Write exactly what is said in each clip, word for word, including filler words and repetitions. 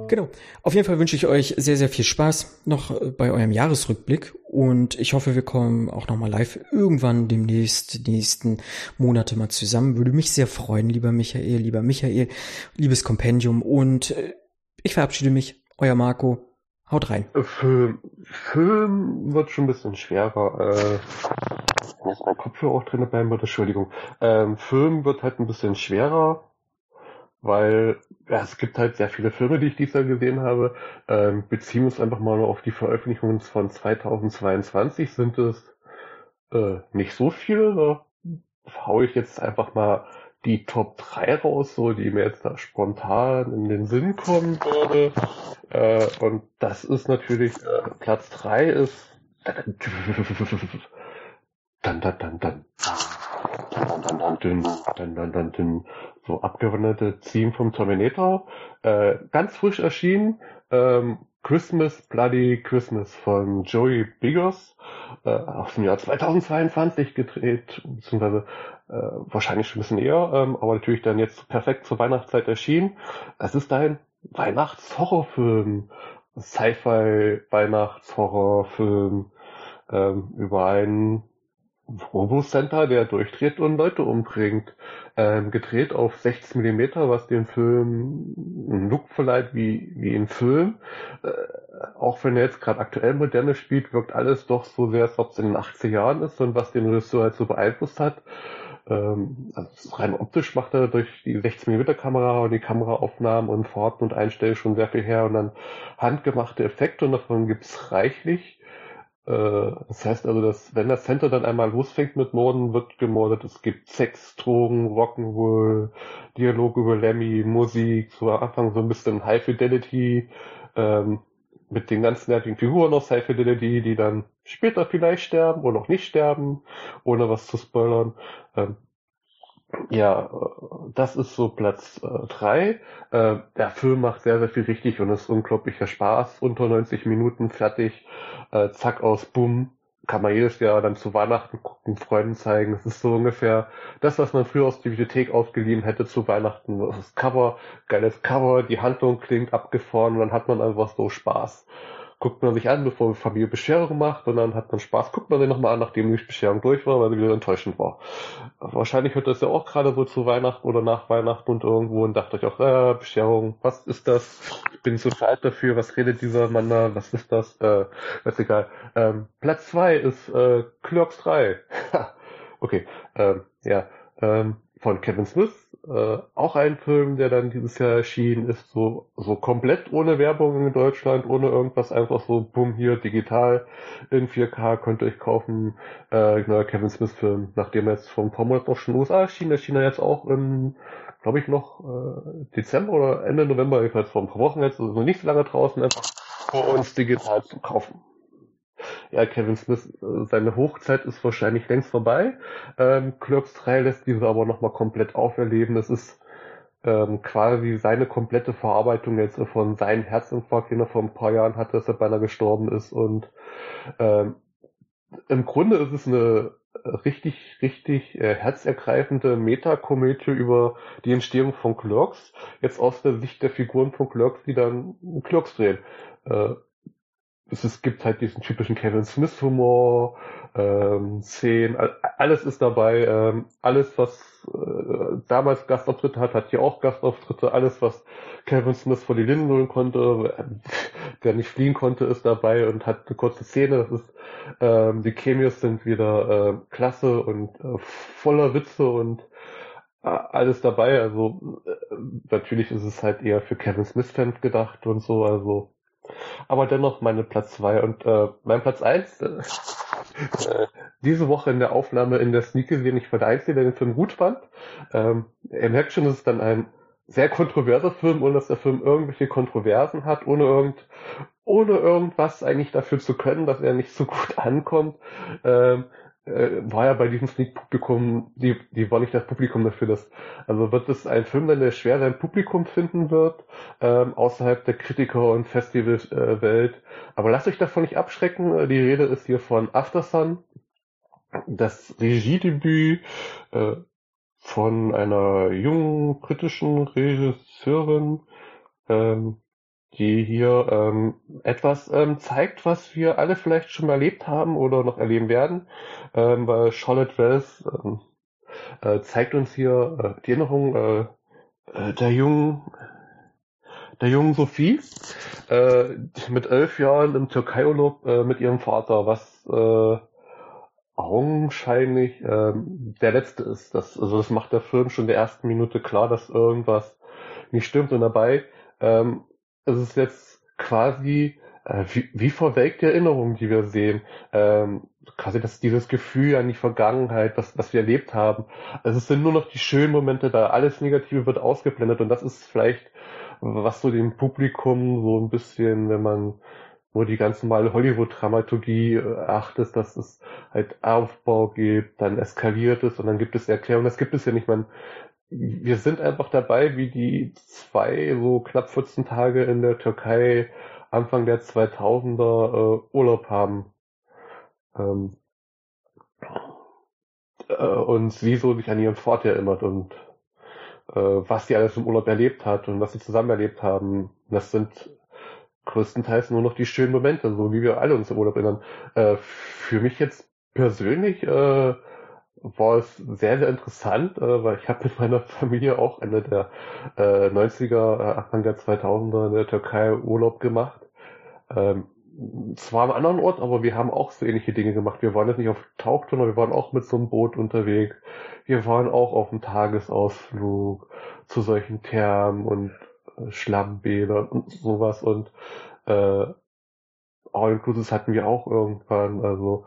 Genau. Auf jeden Fall wünsche ich euch sehr, sehr viel Spaß noch äh, bei eurem Jahresrückblick und ich hoffe, wir kommen auch nochmal live irgendwann demnächst, die nächsten Monate mal zusammen. Würde mich sehr freuen, lieber Michael, lieber Michael, liebes Kompendium und äh, ich verabschiede mich. Euer Marco. Haut rein. Film, Film wird schon ein bisschen schwerer. Äh, wenn jetzt mein Kopfhörer auch drin bleiben wird, Entschuldigung. Ähm, Film wird halt ein bisschen schwerer, weil ja, es gibt halt sehr viele Filme, die ich dieses Jahr gesehen habe. Ähm, beziehen wir uns einfach mal nur auf die Veröffentlichungen von zweitausendzweiundzwanzig, sind es äh, nicht so viele. Da hau ich jetzt einfach mal die Top drei raus, so die mir jetzt da spontan in den Sinn kommen würde. Äh, und das ist natürlich, äh, Platz drei ist dann, dann, dann, dann, dann, dann, dann, dann, dann, dann, dann, dann, so abgewandelte Theme vom Terminator, äh, ganz frisch erschienen, ähm, Christmas, Bloody Christmas von Joey Biggers, äh, aus dem Jahr zweitausendzweiundzwanzig gedreht, beziehungsweise äh, wahrscheinlich schon ein bisschen eher, ähm, aber natürlich dann jetzt perfekt zur Weihnachtszeit erschienen. Es ist ein Weihnachtshorrorfilm, Sci-Fi-Weihnachtshorrorfilm, ähm, über einen Robo-Center, der durchdreht und Leute umbringt. Ähm, gedreht auf sechzig Millimeter, was dem Film einen Look verleiht wie, wie im Film. Äh, auch wenn er jetzt gerade aktuell moderne spielt, wirkt alles doch so sehr, als ob es in den achtziger Jahren ist und was den Regisseur halt so beeinflusst hat. Ähm, also rein optisch macht er durch die sechzig Millimeter Kamera und die Kameraaufnahmen und Fahrten und Einstellungen schon sehr viel her und dann handgemachte Effekte und davon gibt's reichlich. Das heißt also, dass wenn das Center dann einmal losfängt mit Morden, wird gemordet. Es gibt Sex, Drogen, Rock'n'Roll, Dialoge über Lemmy, Musik, so am Anfang so ein bisschen High Fidelity, ähm, mit den ganzen nervigen Figuren aus High Fidelity, die dann später vielleicht sterben oder auch nicht sterben, ohne was zu spoilern. Ähm, ja, das ist so Platz äh, drei. Äh, der Film macht sehr, sehr viel richtig und ist unglaublicher Spaß. Unter neunzig Minuten fertig. Äh, zack, aus, bumm. Kann man jedes Jahr dann zu Weihnachten gucken, Freunden zeigen. Es ist so ungefähr das, was man früher aus der Bibliothek ausgeliehen hätte zu Weihnachten. Das ist Cover, geiles Cover, die Handlung klingt abgefahren und dann hat man einfach so Spaß. Guckt man sich an, bevor die Familie Bescherung macht und dann hat man Spaß. Guckt man den nochmal an, nachdem die Bescherung durch war, weil sie wieder enttäuschend war. Wahrscheinlich hört das ja auch gerade so zu Weihnachten oder nach Weihnachten und irgendwo und dachte euch auch, äh, Bescherung, was ist das? Ich bin zu alt dafür, was redet dieser Mann da, was ist das? Äh, ist egal. Ähm, Platz zwei ist äh, Clerks drei. Okay, ähm, ja, ähm, von Kevin Smith, äh, auch ein Film, der dann dieses Jahr erschienen ist, so, so komplett ohne Werbung in Deutschland, ohne irgendwas, einfach so, bumm, hier, digital, in vier K, könnt ihr euch kaufen, äh, neuer Kevin Smith Film, nachdem er jetzt vor ein paar Monaten auch schon in den U S A erschien, erschien er jetzt auch im, glaube ich, noch äh, Dezember oder Ende November, jedenfalls vor ein paar Wochen jetzt, also noch nicht so lange draußen, einfach für uns digital zu kaufen. Ja, Kevin Smith, äh, seine Hochzeit ist wahrscheinlich längst vorbei. Ähm, Clerks drei lässt diese aber nochmal komplett auferleben. Das ist ähm, quasi seine komplette Verarbeitung jetzt von seinem Herzinfarkt, den er vor ein paar Jahren hatte, dass er beinahe gestorben ist. Und ähm, im Grunde ist es eine richtig, richtig äh, herzergreifende Metakomödie über die Entstehung von Clerks. Jetzt aus der Sicht der Figuren von Clerks, die dann Clerks drehen. Äh, Es, es gibt halt diesen typischen Kevin Smith Humor, ähm, Szenen, all- alles ist dabei, ähm, alles was äh, damals Gastauftritte hat, hat hier auch Gastauftritte, alles was Kevin Smith vor die Linden holen konnte, äh, der nicht fliehen konnte, ist dabei und hat eine kurze Szene, das ist, ähm, die Cameos sind wieder äh, klasse und äh, voller Witze und äh, alles dabei, also äh, natürlich ist es halt eher für Kevin Smith Fans gedacht und so, also aber dennoch meine Platz zwei und äh, mein Platz eins äh, äh, diese Woche in der Aufnahme in der Sneak gesehen, ich war der Einzige, der den Film gut fand. Ähm, ihr merkt schon, es ist dann ein sehr kontroverser Film, ohne dass der Film irgendwelche Kontroversen hat, ohne irgend, ohne irgendwas eigentlich dafür zu können, dass er nicht so gut ankommt. Ähm, äh, war ja bei diesem Sneak-Publikum, die, die war nicht das Publikum dafür, dass, also wird es ein Film, der schwer sein Publikum finden wird, ähm, außerhalb der Kritiker- und Festivalwelt. Aber lasst euch davon nicht abschrecken. Die Rede ist hier von Aftersun, das Regiedebüt äh, von einer jungen britischen Regisseurin. Ähm, die hier ähm, etwas ähm, zeigt, was wir alle vielleicht schon mal erlebt haben oder noch erleben werden, ähm, weil Charlotte Wells ähm, äh, zeigt uns hier äh, die Erinnerung äh, äh, der jungen der jungen Sophie äh, mit elf Jahren im Türkei-Urlaub äh, mit ihrem Vater, was äh, augenscheinlich ähm, der letzte ist. Das, also das macht der Film schon in der ersten Minute klar, dass irgendwas nicht stimmt. Und dabei ähm, ist es jetzt quasi äh, wie, wie verwelkte Erinnerungen, die wir sehen. Ähm, quasi das, dieses Gefühl an die Vergangenheit, was, was wir erlebt haben. Also es sind nur noch die schönen Momente da. Alles Negative wird ausgeblendet. Und das ist vielleicht, was so dem Publikum so ein bisschen, wenn man nur die ganz normale Hollywood-Dramaturgie äh, achtet, dass es halt Aufbau gibt, dann eskaliert es und dann gibt es Erklärungen. Das gibt es ja nicht. Man, wir sind einfach dabei, wie die zwei, so knapp vierzehn Tage in der Türkei Anfang der zweitausender äh, Urlaub haben. Ähm, äh, und sie so sich an ihren Vater erinnert und äh, was sie alles im Urlaub erlebt hat und was sie zusammen erlebt haben. Das sind größtenteils nur noch die schönen Momente, so wie wir alle uns im Urlaub erinnern. Äh, für mich jetzt persönlich äh, war es sehr, sehr interessant, äh, weil ich habe mit meiner Familie auch Ende der äh, neunziger, äh, Anfang der zweitausender in der Türkei Urlaub gemacht. Ähm, zwar am anderen Ort, aber wir haben auch so ähnliche Dinge gemacht. Wir waren jetzt nicht auf Tauchtouren, wir waren auch mit so einem Boot unterwegs. Wir waren auch auf einem Tagesausflug zu solchen Thermen und äh, Schlammbädern und sowas und äh, All-Inclusives hatten wir auch irgendwann, also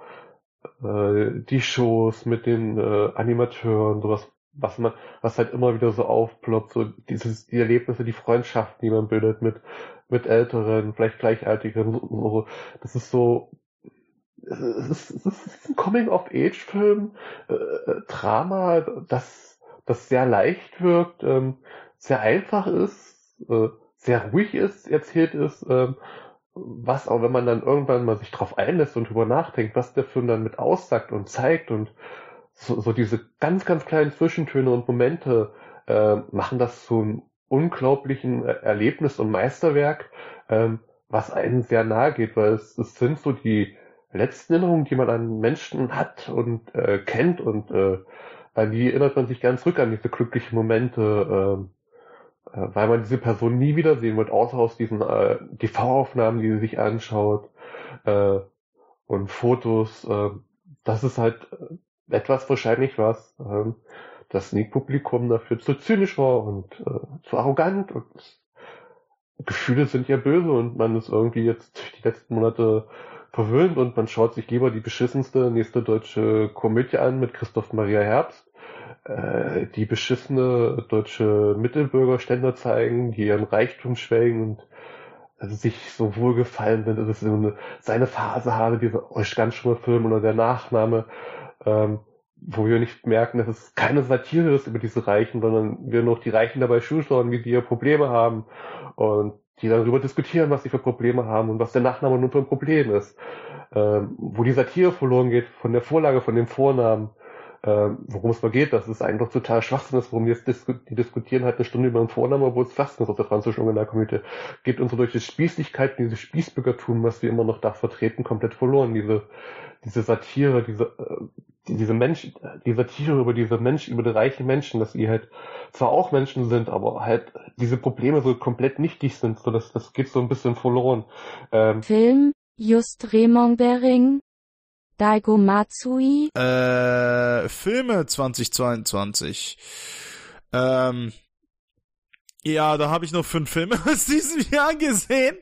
äh, die Shows mit den äh, Animateuren, sowas, was man, was halt immer wieder so aufploppt, so dieses, die Erlebnisse, die Freundschaften, die man bildet mit mit Älteren, vielleicht Gleichaltrigen, so, so. Das ist so, es ist, es ist ein Coming-of-Age-Film, äh, Drama, das, das sehr leicht wirkt, ähm, sehr einfach ist, äh, sehr ruhig ist, erzählt ist, ähm, was auch, wenn man dann irgendwann mal sich drauf einlässt und drüber nachdenkt, was der Film dann mit aussagt und zeigt und so, so diese ganz, ganz kleinen Zwischentöne und Momente äh, machen das zu einem unglaublichen Erlebnis und Meisterwerk, ähm, was einen sehr nahe geht, weil es, es sind so die letzten Erinnerungen, die man an Menschen hat und äh, kennt und äh, an die erinnert man sich ganz zurück an diese glücklichen Momente, äh, äh, weil man diese Person nie wiedersehen wird, außer aus diesen äh, T V-Aufnahmen, die sie sich anschaut äh, und Fotos. Äh, das ist halt etwas wahrscheinlich, was ähm, das Sneak-Publikum dafür zu zynisch war und äh, zu arrogant und Gefühle sind ja böse und man ist irgendwie jetzt die letzten Monate verwöhnt und man schaut sich lieber die beschissenste nächste deutsche Komödie an mit Christoph Maria Herbst, äh, die beschissene deutsche Mittelbürgerständer zeigen, die ihren Reichtum schwelgen und also sich so wohlgefallen sind, dass es so eine, seine Phase habe, dieser ganz schlimme Film oder der Nachname, ähm, wo wir nicht merken, dass es keine Satire ist über diese Reichen, sondern wir noch die Reichen dabei zuschauen, wie die ihre Probleme haben und die darüber diskutieren, was sie für Probleme haben und was der Nachname nun für ein Problem ist. Ähm, wo die Satire verloren geht von der Vorlage, von dem Vornamen, ähm, worum es mal geht, dass es einfach total Schwachsinn ist, worum die jetzt disku die diskutieren halt eine Stunde über einen Vornamen, obwohl es Schwachsinn ist aus der französischen Originalkomödie. Geht uns so durch die Spießlichkeit, dieses Spießbürgertum, was wir immer noch da vertreten, komplett verloren. Diese diese Satire, diese äh, diese Mensch, die Satire über diese Menschen, über die reichen Menschen, dass die halt zwar auch Menschen sind, aber halt diese Probleme so komplett nichtig sind, so dass das geht so ein bisschen verloren. Ähm, Film, Just Raymond Bering, Daigo Matsui. Äh, Filme zweitausendzweiundzwanzig. Ähm, ja, da habe ich noch fünf Filme aus diesem Jahr gesehen.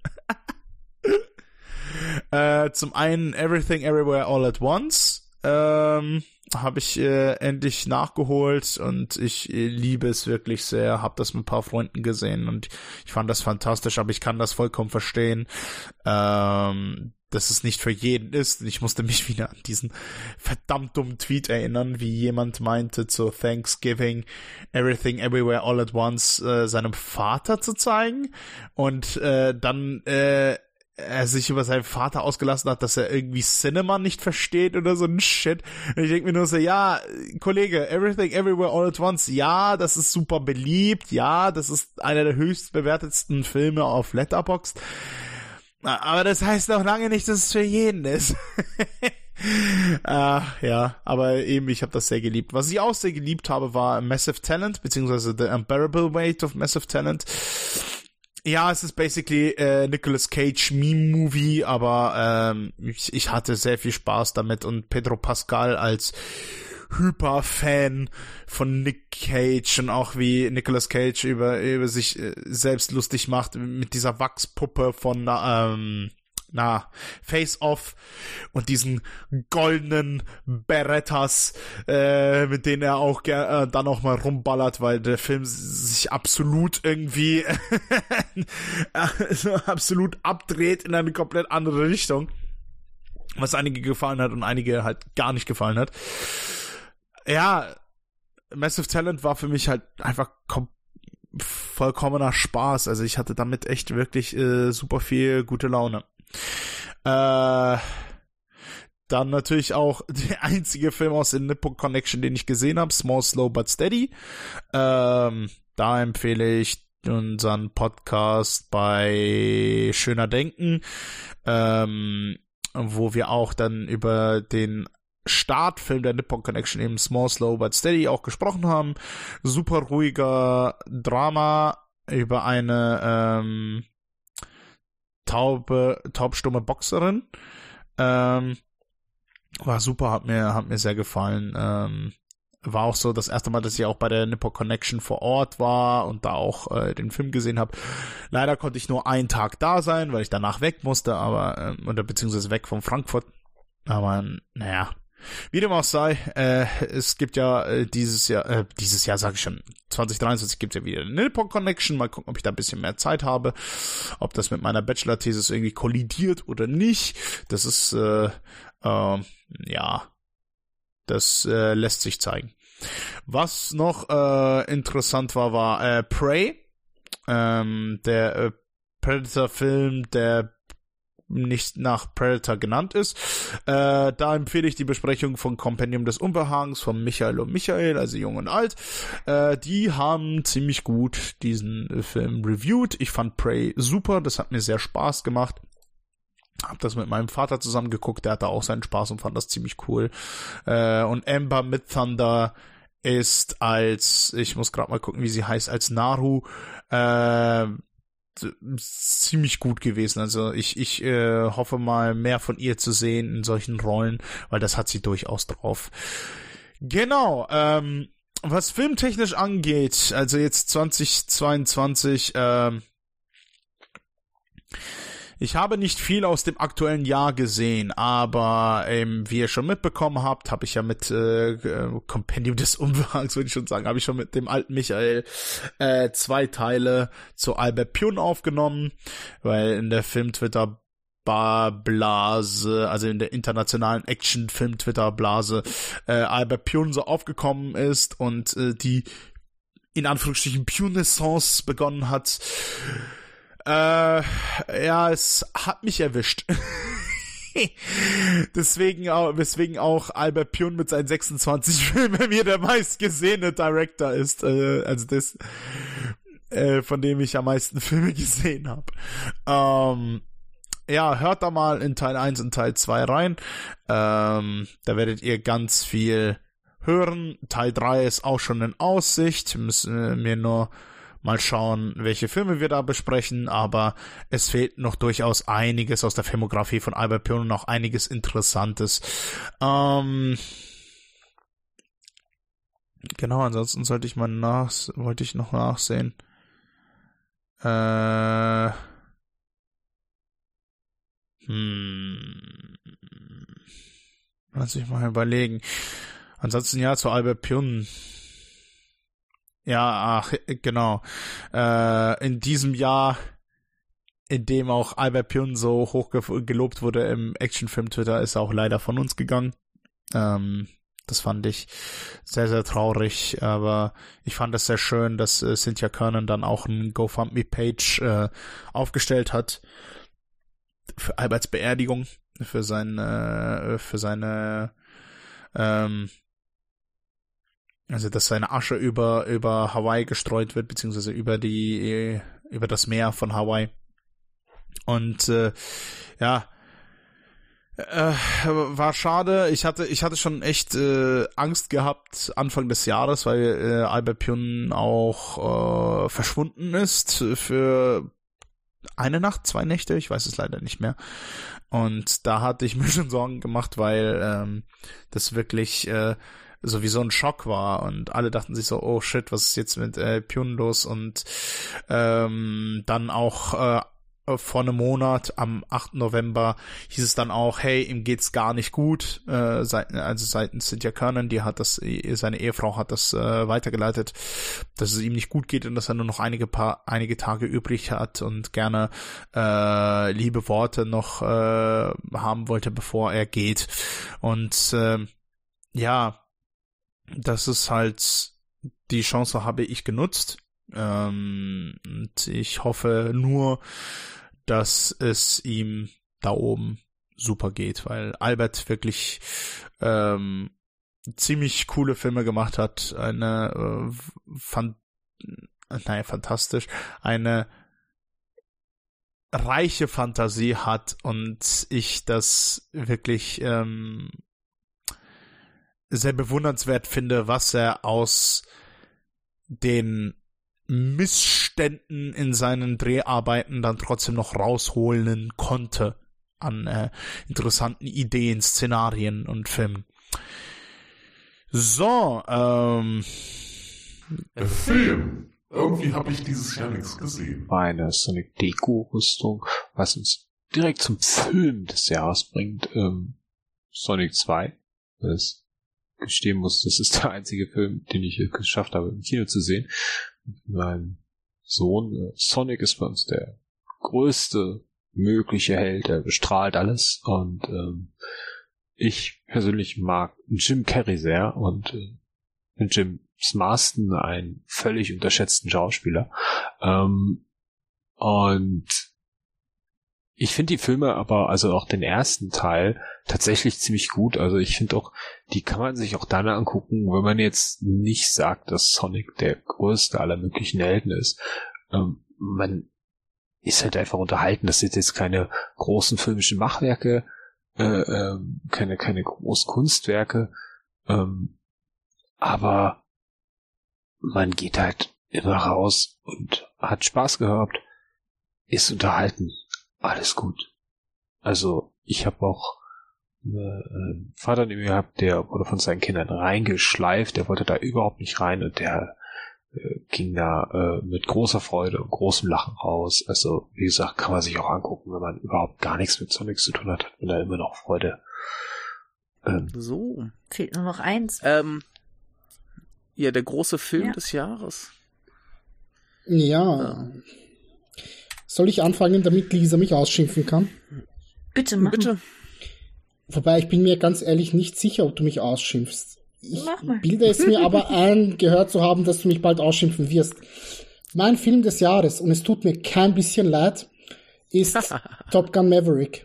äh, zum einen Everything Everywhere All at Once. Ähm, habe ich äh, endlich nachgeholt und ich äh, liebe es wirklich sehr, habe das mit ein paar Freunden gesehen und ich fand das fantastisch, aber ich kann das vollkommen verstehen, ähm, dass es nicht für jeden ist. Und ich musste mich wieder an diesen verdammt dummen Tweet erinnern, wie jemand meinte zu Thanksgiving Everything Everywhere All at Once äh, seinem Vater zu zeigen und äh, dann äh, er sich über seinen Vater ausgelassen hat, dass er irgendwie Cinema nicht versteht oder so ein Shit. Und ich denke mir nur so, ja, Kollege, Everything Everywhere All at Once, ja, das ist super beliebt, ja, das ist einer der höchst bewertetsten Filme auf Letterboxd. Aber das heißt noch lange nicht, dass es für jeden ist. Ah, ja, aber eben, ich habe das sehr geliebt. Was ich auch sehr geliebt habe, war Massive Talent, beziehungsweise The Unbearable Weight of Massive Talent. Ja, es ist basically äh, Nicolas Cage Meme-Movie, aber ähm, ich, ich hatte sehr viel Spaß damit und Pedro Pascal als Hyper-Fan von Nick Cage und auch wie Nicolas Cage über, über sich äh, selbst lustig macht mit dieser Wachspuppe von ähm, na, Face-Off und diesen goldenen Berettas, äh, mit denen er auch ger- äh, dann auch mal rumballert, weil der Film sich absolut irgendwie also absolut abdreht in eine komplett andere Richtung, was einige gefallen hat und einige halt gar nicht gefallen hat. Ja, Massive Talent war für mich halt einfach kom- vollkommener Spaß, also ich hatte damit echt wirklich äh, super viel gute Laune. Äh, dann natürlich auch der einzige Film aus der Nippon Connection, den ich gesehen habe, Small, Slow but Steady. Ähm, da empfehle ich unseren Podcast bei Schöner Denken, ähm, wo wir auch dann über den Startfilm der Nippon Connection, eben Small, Slow but Steady, auch gesprochen haben. Super ruhiger Drama über eine ähm, taube, taubstumme Boxerin. Ähm, war super, hat mir, hat mir sehr gefallen. Ähm, war auch so das erste Mal, dass ich auch bei der Nippon Connection vor Ort war und da auch äh, den Film gesehen habe. Leider konnte ich nur einen Tag da sein, weil ich danach weg musste, aber, ähm, oder beziehungsweise weg von Frankfurt. Aber, naja. Wie dem auch sei, äh, es gibt ja äh, dieses Jahr, äh, dieses Jahr sage ich schon, zwanzig dreiundzwanzig gibt es ja wieder eine Nippon Connection. Mal gucken, ob ich da ein bisschen mehr Zeit habe, ob das mit meiner Bachelor-Thesis irgendwie kollidiert oder nicht. Das ist, äh, äh, ja, das äh, lässt sich zeigen. Was noch äh, interessant war, war äh, Prey, ähm, der äh, Predator-Film, der nicht nach Predator genannt ist. Äh, da empfehle ich die Besprechung von Kompendium des Unbehagens von Michael und Michael, also Jung und Alt. Äh, die haben ziemlich gut diesen äh, Film reviewed. Ich fand Prey super, das hat mir sehr Spaß gemacht. Hab das mit meinem Vater zusammen geguckt, der hatte auch seinen Spaß und fand das ziemlich cool. Äh, und Amber Midthunder ist als, ich muss gerade mal gucken, wie sie heißt, als Naru, äh, ziemlich gut gewesen. Also ich ich äh, hoffe mal mehr von ihr zu sehen in solchen Rollen, weil das hat sie durchaus drauf. Genau, ähm, was filmtechnisch angeht, also jetzt zwanzig zweiundzwanzig, ähm, ich habe nicht viel aus dem aktuellen Jahr gesehen, aber ähm, wie ihr schon mitbekommen habt, habe ich ja mit äh, Kompendium des Unbehagens, würde ich schon sagen, habe ich schon mit dem alten Michael äh, zwei Teile zu Albert Pyun aufgenommen, weil in der Film-Twitter-Blase, also in der internationalen Action-Film-Twitter-Blase, äh, Albert Pyun so aufgekommen ist und äh, die in Anführungsstrichen Pyun-Naissance begonnen hat. Äh, ja, es hat mich erwischt. deswegen auch, weswegen auch Albert Pyun mit seinen sechsundzwanzig Filmen bei mir der meistgesehene Director ist, äh, also das, äh, von dem ich am meisten Filme gesehen habe. Ähm, ja, hört da mal in Teil eins und Teil zwei rein. Ähm, da werdet ihr ganz viel hören. Teil drei ist auch schon in Aussicht. Müssen wir nur mal schauen, welche Filme wir da besprechen, aber es fehlt noch durchaus einiges aus der Filmografie von Albert Pyun und auch einiges Interessantes. Ähm, genau, ansonsten sollte ich mal nach, wollte ich noch nachsehen. Äh, hm, lass ich mal überlegen. Ansonsten ja, zu Albert Pyun. Ja, ach, genau. Äh, in diesem Jahr, in dem auch Albert Pyun so hoch ge- gelobt wurde im Actionfilm-Twitter, ist er auch leider von uns gegangen. Ähm, das fand ich sehr, sehr traurig, aber ich fand es sehr schön, dass äh, Cynthia Kernan dann auch eine GoFundMe-Page äh, aufgestellt hat für Alberts Beerdigung, für seine, für seine, ähm, also dass seine Asche über über Hawaii gestreut wird, beziehungsweise über die über das Meer von Hawaii. Und äh, ja, äh, war schade. Ich hatte ich hatte schon echt äh, Angst gehabt Anfang des Jahres, weil äh, Albert Pyun auch äh, verschwunden ist für eine Nacht, zwei Nächte, ich weiß es leider nicht mehr. Und da hatte ich mir schon Sorgen gemacht, weil ähm, das wirklich äh, so wie so ein Schock war und alle dachten sich so, oh shit, was ist jetzt mit äh, Pyun los? Und ähm, dann auch äh, vor einem Monat, am achten November, hieß es dann auch, hey, ihm geht's gar nicht gut, äh, seit, also seitens Cynthia Kernan, die hat das, seine Ehefrau hat das äh, weitergeleitet, dass es ihm nicht gut geht und dass er nur noch einige paar, einige Tage übrig hat und gerne äh, liebe Worte noch äh, haben wollte, bevor er geht. Und äh, ja, das ist halt, die Chance habe ich genutzt. Ähm, und ich hoffe nur, dass es ihm da oben super geht, weil Albert wirklich ähm, ziemlich coole Filme gemacht hat, eine äh, fan- naja, fantastisch, eine reiche Fantasie hat und ich das wirklich ähm, sehr bewundernswert finde, was er aus den Missständen in seinen Dreharbeiten dann trotzdem noch rausholen konnte an äh, interessanten Ideen, Szenarien und Filmen. So, ähm Der Film. Irgendwie habe ich dieses Jahr nichts gesehen. Eine Sonic Deko-Rüstung, was uns direkt zum Film des Jahres bringt, ähm, Sonic zwei. Das gestehen muss, das ist der einzige Film, den ich geschafft habe, im Kino zu sehen. Mein Sohn, äh, Sonic ist bei uns der größte mögliche Held, der bestrahlt alles und ähm, ich persönlich mag Jim Carrey sehr und äh, Jim Marston, einen völlig unterschätzten Schauspieler. Ähm, und ich finde die Filme aber, also auch den ersten Teil, tatsächlich ziemlich gut. Also ich finde auch, die kann man sich auch dann angucken, wenn man jetzt nicht sagt, dass Sonic der größte aller möglichen Helden ist. Ähm, man ist halt einfach unterhalten. Das sind jetzt keine großen filmischen Machwerke, äh, äh, keine, keine großen Kunstwerke, ähm, aber man geht halt immer raus und hat Spaß gehabt, ist unterhalten. Alles gut. Also, ich habe auch äh, einen Vater neben mir gehabt, der wurde von seinen Kindern reingeschleift, der wollte da überhaupt nicht rein und der äh, ging da äh, mit großer Freude und großem Lachen raus. Also, wie gesagt, kann man sich auch angucken, wenn man überhaupt gar nichts mit Sonic zu tun hat, hat man da immer noch Freude. Ähm, so. Fehlt nur noch eins. Ähm, ja, der große Film ja. des Jahres. Ja. ja. Soll ich anfangen, damit Lisa mich ausschimpfen kann? Bitte, mach Bitte. Wobei, ich bin mir ganz ehrlich nicht sicher, ob du mich ausschimpfst. Ich Mach mal. bilde es mir aber ein, gehört zu haben, dass du mich bald ausschimpfen wirst. Mein Film des Jahres, und es tut mir kein bisschen leid, ist Top Gun Maverick.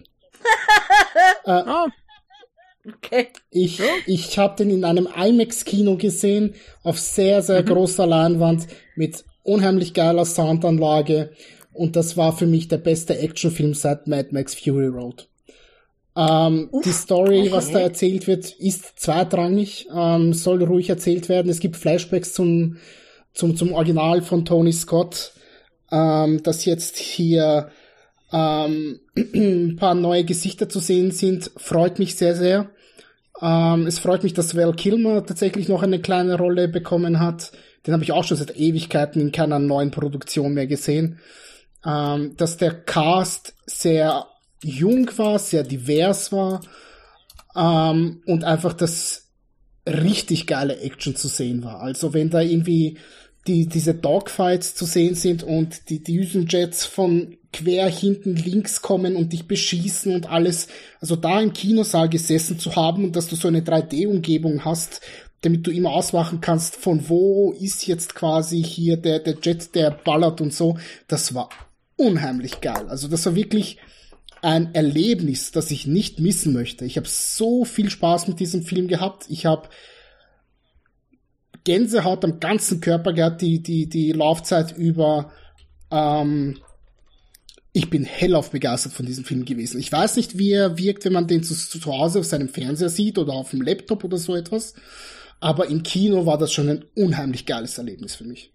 äh, Oh. Okay. Ich, ich habe den in einem IMAX-Kino gesehen, auf sehr, sehr mhm. großer Leinwand, mit unheimlich geiler Soundanlage. Und das war für mich der beste Actionfilm seit Mad Max Fury Road. Ähm, Uff, die Story, okay. was da erzählt wird, ist zweitrangig, ähm, soll ruhig erzählt werden. Es gibt Flashbacks zum, zum, zum Original von Tony Scott, ähm, dass jetzt hier ähm, ein paar neue Gesichter zu sehen sind, freut mich sehr, sehr. Ähm, es freut mich, dass Val Kilmer tatsächlich noch eine kleine Rolle bekommen hat. Den habe ich auch schon seit Ewigkeiten in keiner neuen Produktion mehr gesehen. Ähm, dass der Cast sehr jung war, sehr divers war, ähm, und einfach das richtig geile Action zu sehen war. Also wenn da irgendwie die diese Dogfights zu sehen sind und die Düsenjets von quer hinten links kommen und dich beschießen und alles, also da im Kinosaal gesessen zu haben und dass du so eine drei D-Umgebung hast, damit du immer ausmachen kannst, von wo ist jetzt quasi hier der der Jet, der ballert und so, das war unheimlich geil. Also das war wirklich ein Erlebnis, das ich nicht missen möchte. Ich habe so viel Spaß mit diesem Film gehabt. Ich habe Gänsehaut am ganzen Körper gehabt, die, die, die Laufzeit über. Ähm, ich bin hellauf begeistert von diesem Film gewesen. Ich weiß nicht, wie er wirkt, wenn man den zu, zu Hause auf seinem Fernseher sieht oder auf dem Laptop oder so etwas. Aber im Kino war das schon ein unheimlich geiles Erlebnis für mich.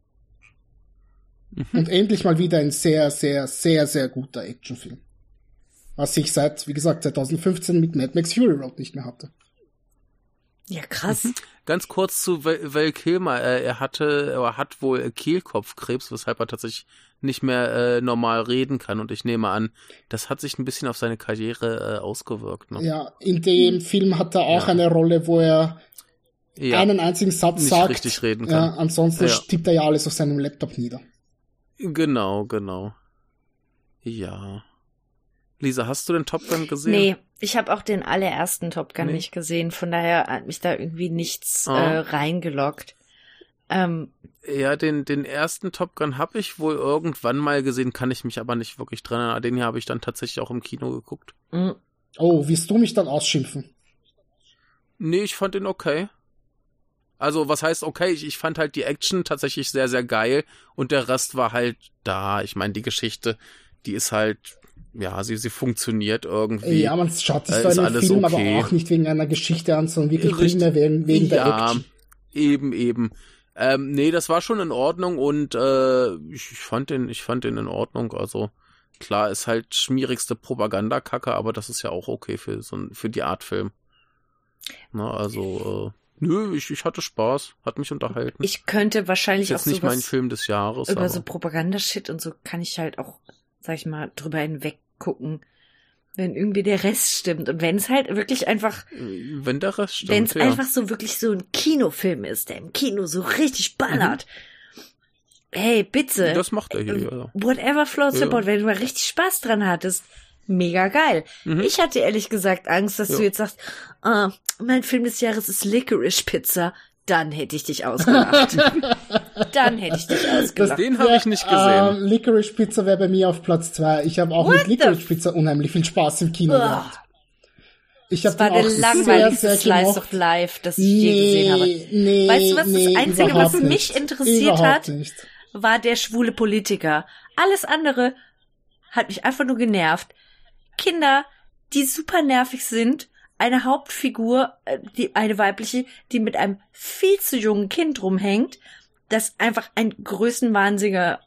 Mhm. Und endlich mal wieder ein sehr, sehr, sehr, sehr guter Actionfilm. Was ich seit, wie gesagt, zwanzig fünfzehn mit Mad Max Fury Road nicht mehr hatte. Ja, krass. Mhm. Ganz kurz zu Val Kilmer. Er hatte, er hat wohl Kehlkopfkrebs, weshalb er tatsächlich nicht mehr äh, normal reden kann. Und ich nehme an, das hat sich ein bisschen auf seine Karriere äh, ausgewirkt. Ne? Ja, in dem Film hat er auch ja. eine Rolle, wo er ja. einen einzigen Satz nicht sagt. Richtig reden kann. Ja, ansonsten ja. tippt er ja alles auf seinem Laptop nieder. Genau, genau. Ja. Lisa, hast du den Top Gun gesehen? Nee, ich habe auch den allerersten Top Gun nee. nicht gesehen. Von daher hat mich da irgendwie nichts oh. äh, reingeloggt. Ähm, ja, den den ersten Top Gun habe ich wohl irgendwann mal gesehen, kann ich mich aber nicht wirklich dran erinnern. Den hier habe ich dann tatsächlich auch im Kino geguckt. Oh, wirst du mich dann ausschimpfen? Nee, ich fand den okay. Also, was heißt okay? Ich, ich fand halt die Action tatsächlich sehr, sehr geil und der Rest war halt da. Ich meine, die Geschichte, die ist halt, ja, sie, sie funktioniert irgendwie. Ja, man schaut sich äh, so einen Film okay. aber auch nicht wegen einer Geschichte an, sondern wirklich primär wegen, wegen der ja, Action. Eben, eben. Ähm, nee, das war schon in Ordnung und äh, ich, ich fand den, ich fand den in Ordnung. Also klar, ist halt schmierigste Propagandakacke, aber das ist ja auch okay für so ein, für die Art Film. Na, also, äh, nö, ich, ich hatte Spaß, hat mich unterhalten. Ich könnte wahrscheinlich ist auch jetzt nicht sowas mein Film des Jahres. über aber. so Propagandashit und so kann ich halt auch, sag ich mal, drüber hinweg gucken, wenn irgendwie der Rest stimmt. Und wenn es halt wirklich einfach, wenn der Rest stimmt, wenn es ja. einfach so wirklich so ein Kinofilm ist, der im Kino so richtig ballert. Mhm. Hey, bitte. Das macht er hier, ja. ja. Whatever floats ja. your boat, wenn du mal richtig Spaß dran hattest. Mega geil. Mhm. Ich hatte ehrlich gesagt Angst, dass ja. du jetzt sagst, ah, mein Film des Jahres ist Licorice Pizza. Dann hätte ich dich ausgelacht. Dann hätte ich dich ausgelacht. Den habe ich nicht gesehen. Uh, Licorice Pizza wäre bei mir auf Platz zwei. Ich habe auch What mit Licorice Pizza unheimlich viel Spaß im Kino oh. gehabt. Ich das war der langweiligste Slice of Life, das ich nee, je gesehen habe. Nee, weißt du, was nee, das Einzige, was mich nicht. interessiert überhaupt hat, nicht. war der schwule Politiker. Alles andere hat mich einfach nur genervt. Kinder, die super nervig sind, eine Hauptfigur, die, eine weibliche, die mit einem viel zu jungen Kind rumhängt, das einfach ein größenwahnsinniger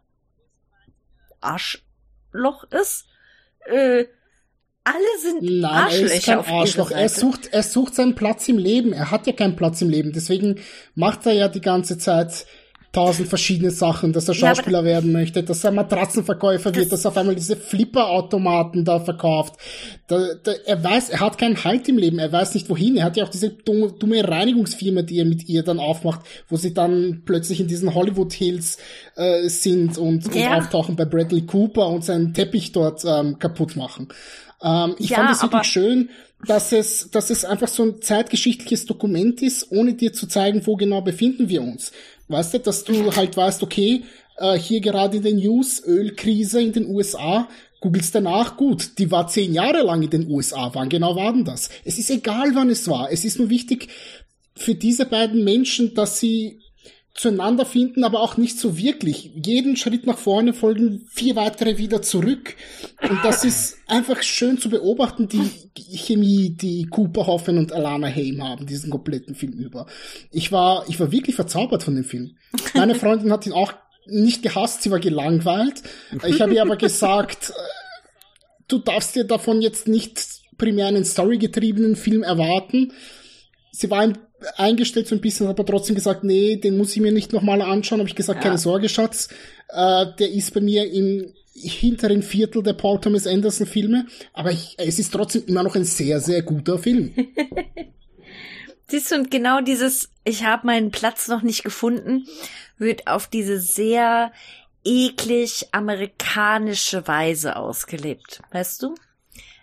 Arschloch ist. Äh, alle sind Nein, Arschlöcher er ist kein auf Arschloch. ihrer Er Seite. sucht, er sucht seinen Platz im Leben. Er hat ja keinen Platz im Leben. Deswegen macht er ja die ganze Zeit tausend verschiedene Sachen, dass er Schauspieler ja, werden möchte, dass er Matratzenverkäufer das wird, dass er auf einmal diese Flipperautomaten da verkauft. Da, da, er weiß, er hat keinen Halt im Leben, er weiß nicht wohin. Er hat ja auch diese dumme, dumme Reinigungsfirma, die er mit ihr dann aufmacht, wo sie dann plötzlich in diesen Hollywood Hills äh, sind und, ja. und auftauchen bei Bradley Cooper und seinen Teppich dort ähm, kaputt machen. Ähm, ich ja, fand es wirklich aber schön, dass es, dass es einfach so ein zeitgeschichtliches Dokument ist, ohne dir zu zeigen, wo genau befinden wir uns. Weißt du, dass du halt weißt, okay, äh, hier gerade in den News, Ölkrise in den U S A, googelst danach, gut, die war zehn Jahre lang in den U S A, wann genau war denn das? Es ist egal, wann es war, es ist nur wichtig für diese beiden Menschen, dass sie zueinander finden, aber auch nicht so wirklich. Jeden Schritt nach vorne folgen vier weitere wieder zurück. Und das ist einfach schön zu beobachten, die Chemie, die Cooper Hoffman und Alana Haim haben, diesen kompletten Film über. Ich war, ich war wirklich verzaubert von dem Film. Meine Freundin hat ihn auch nicht gehasst, sie war gelangweilt. Ich habe ihr aber gesagt, du darfst dir davon jetzt nicht primär einen storygetriebenen Film erwarten. Sie war ein eingestellt so ein bisschen, hat aber trotzdem gesagt, nee, den muss ich mir nicht nochmal anschauen. Habe ich gesagt, ja. keine Sorge, Schatz, äh, der ist bei mir im hinteren Viertel der Paul Thomas Anderson Filme, aber ich, es ist trotzdem immer noch ein sehr, sehr guter Film. Siehst du, und genau dieses, ich habe meinen Platz noch nicht gefunden, wird auf diese sehr eklig amerikanische Weise ausgelebt, weißt du?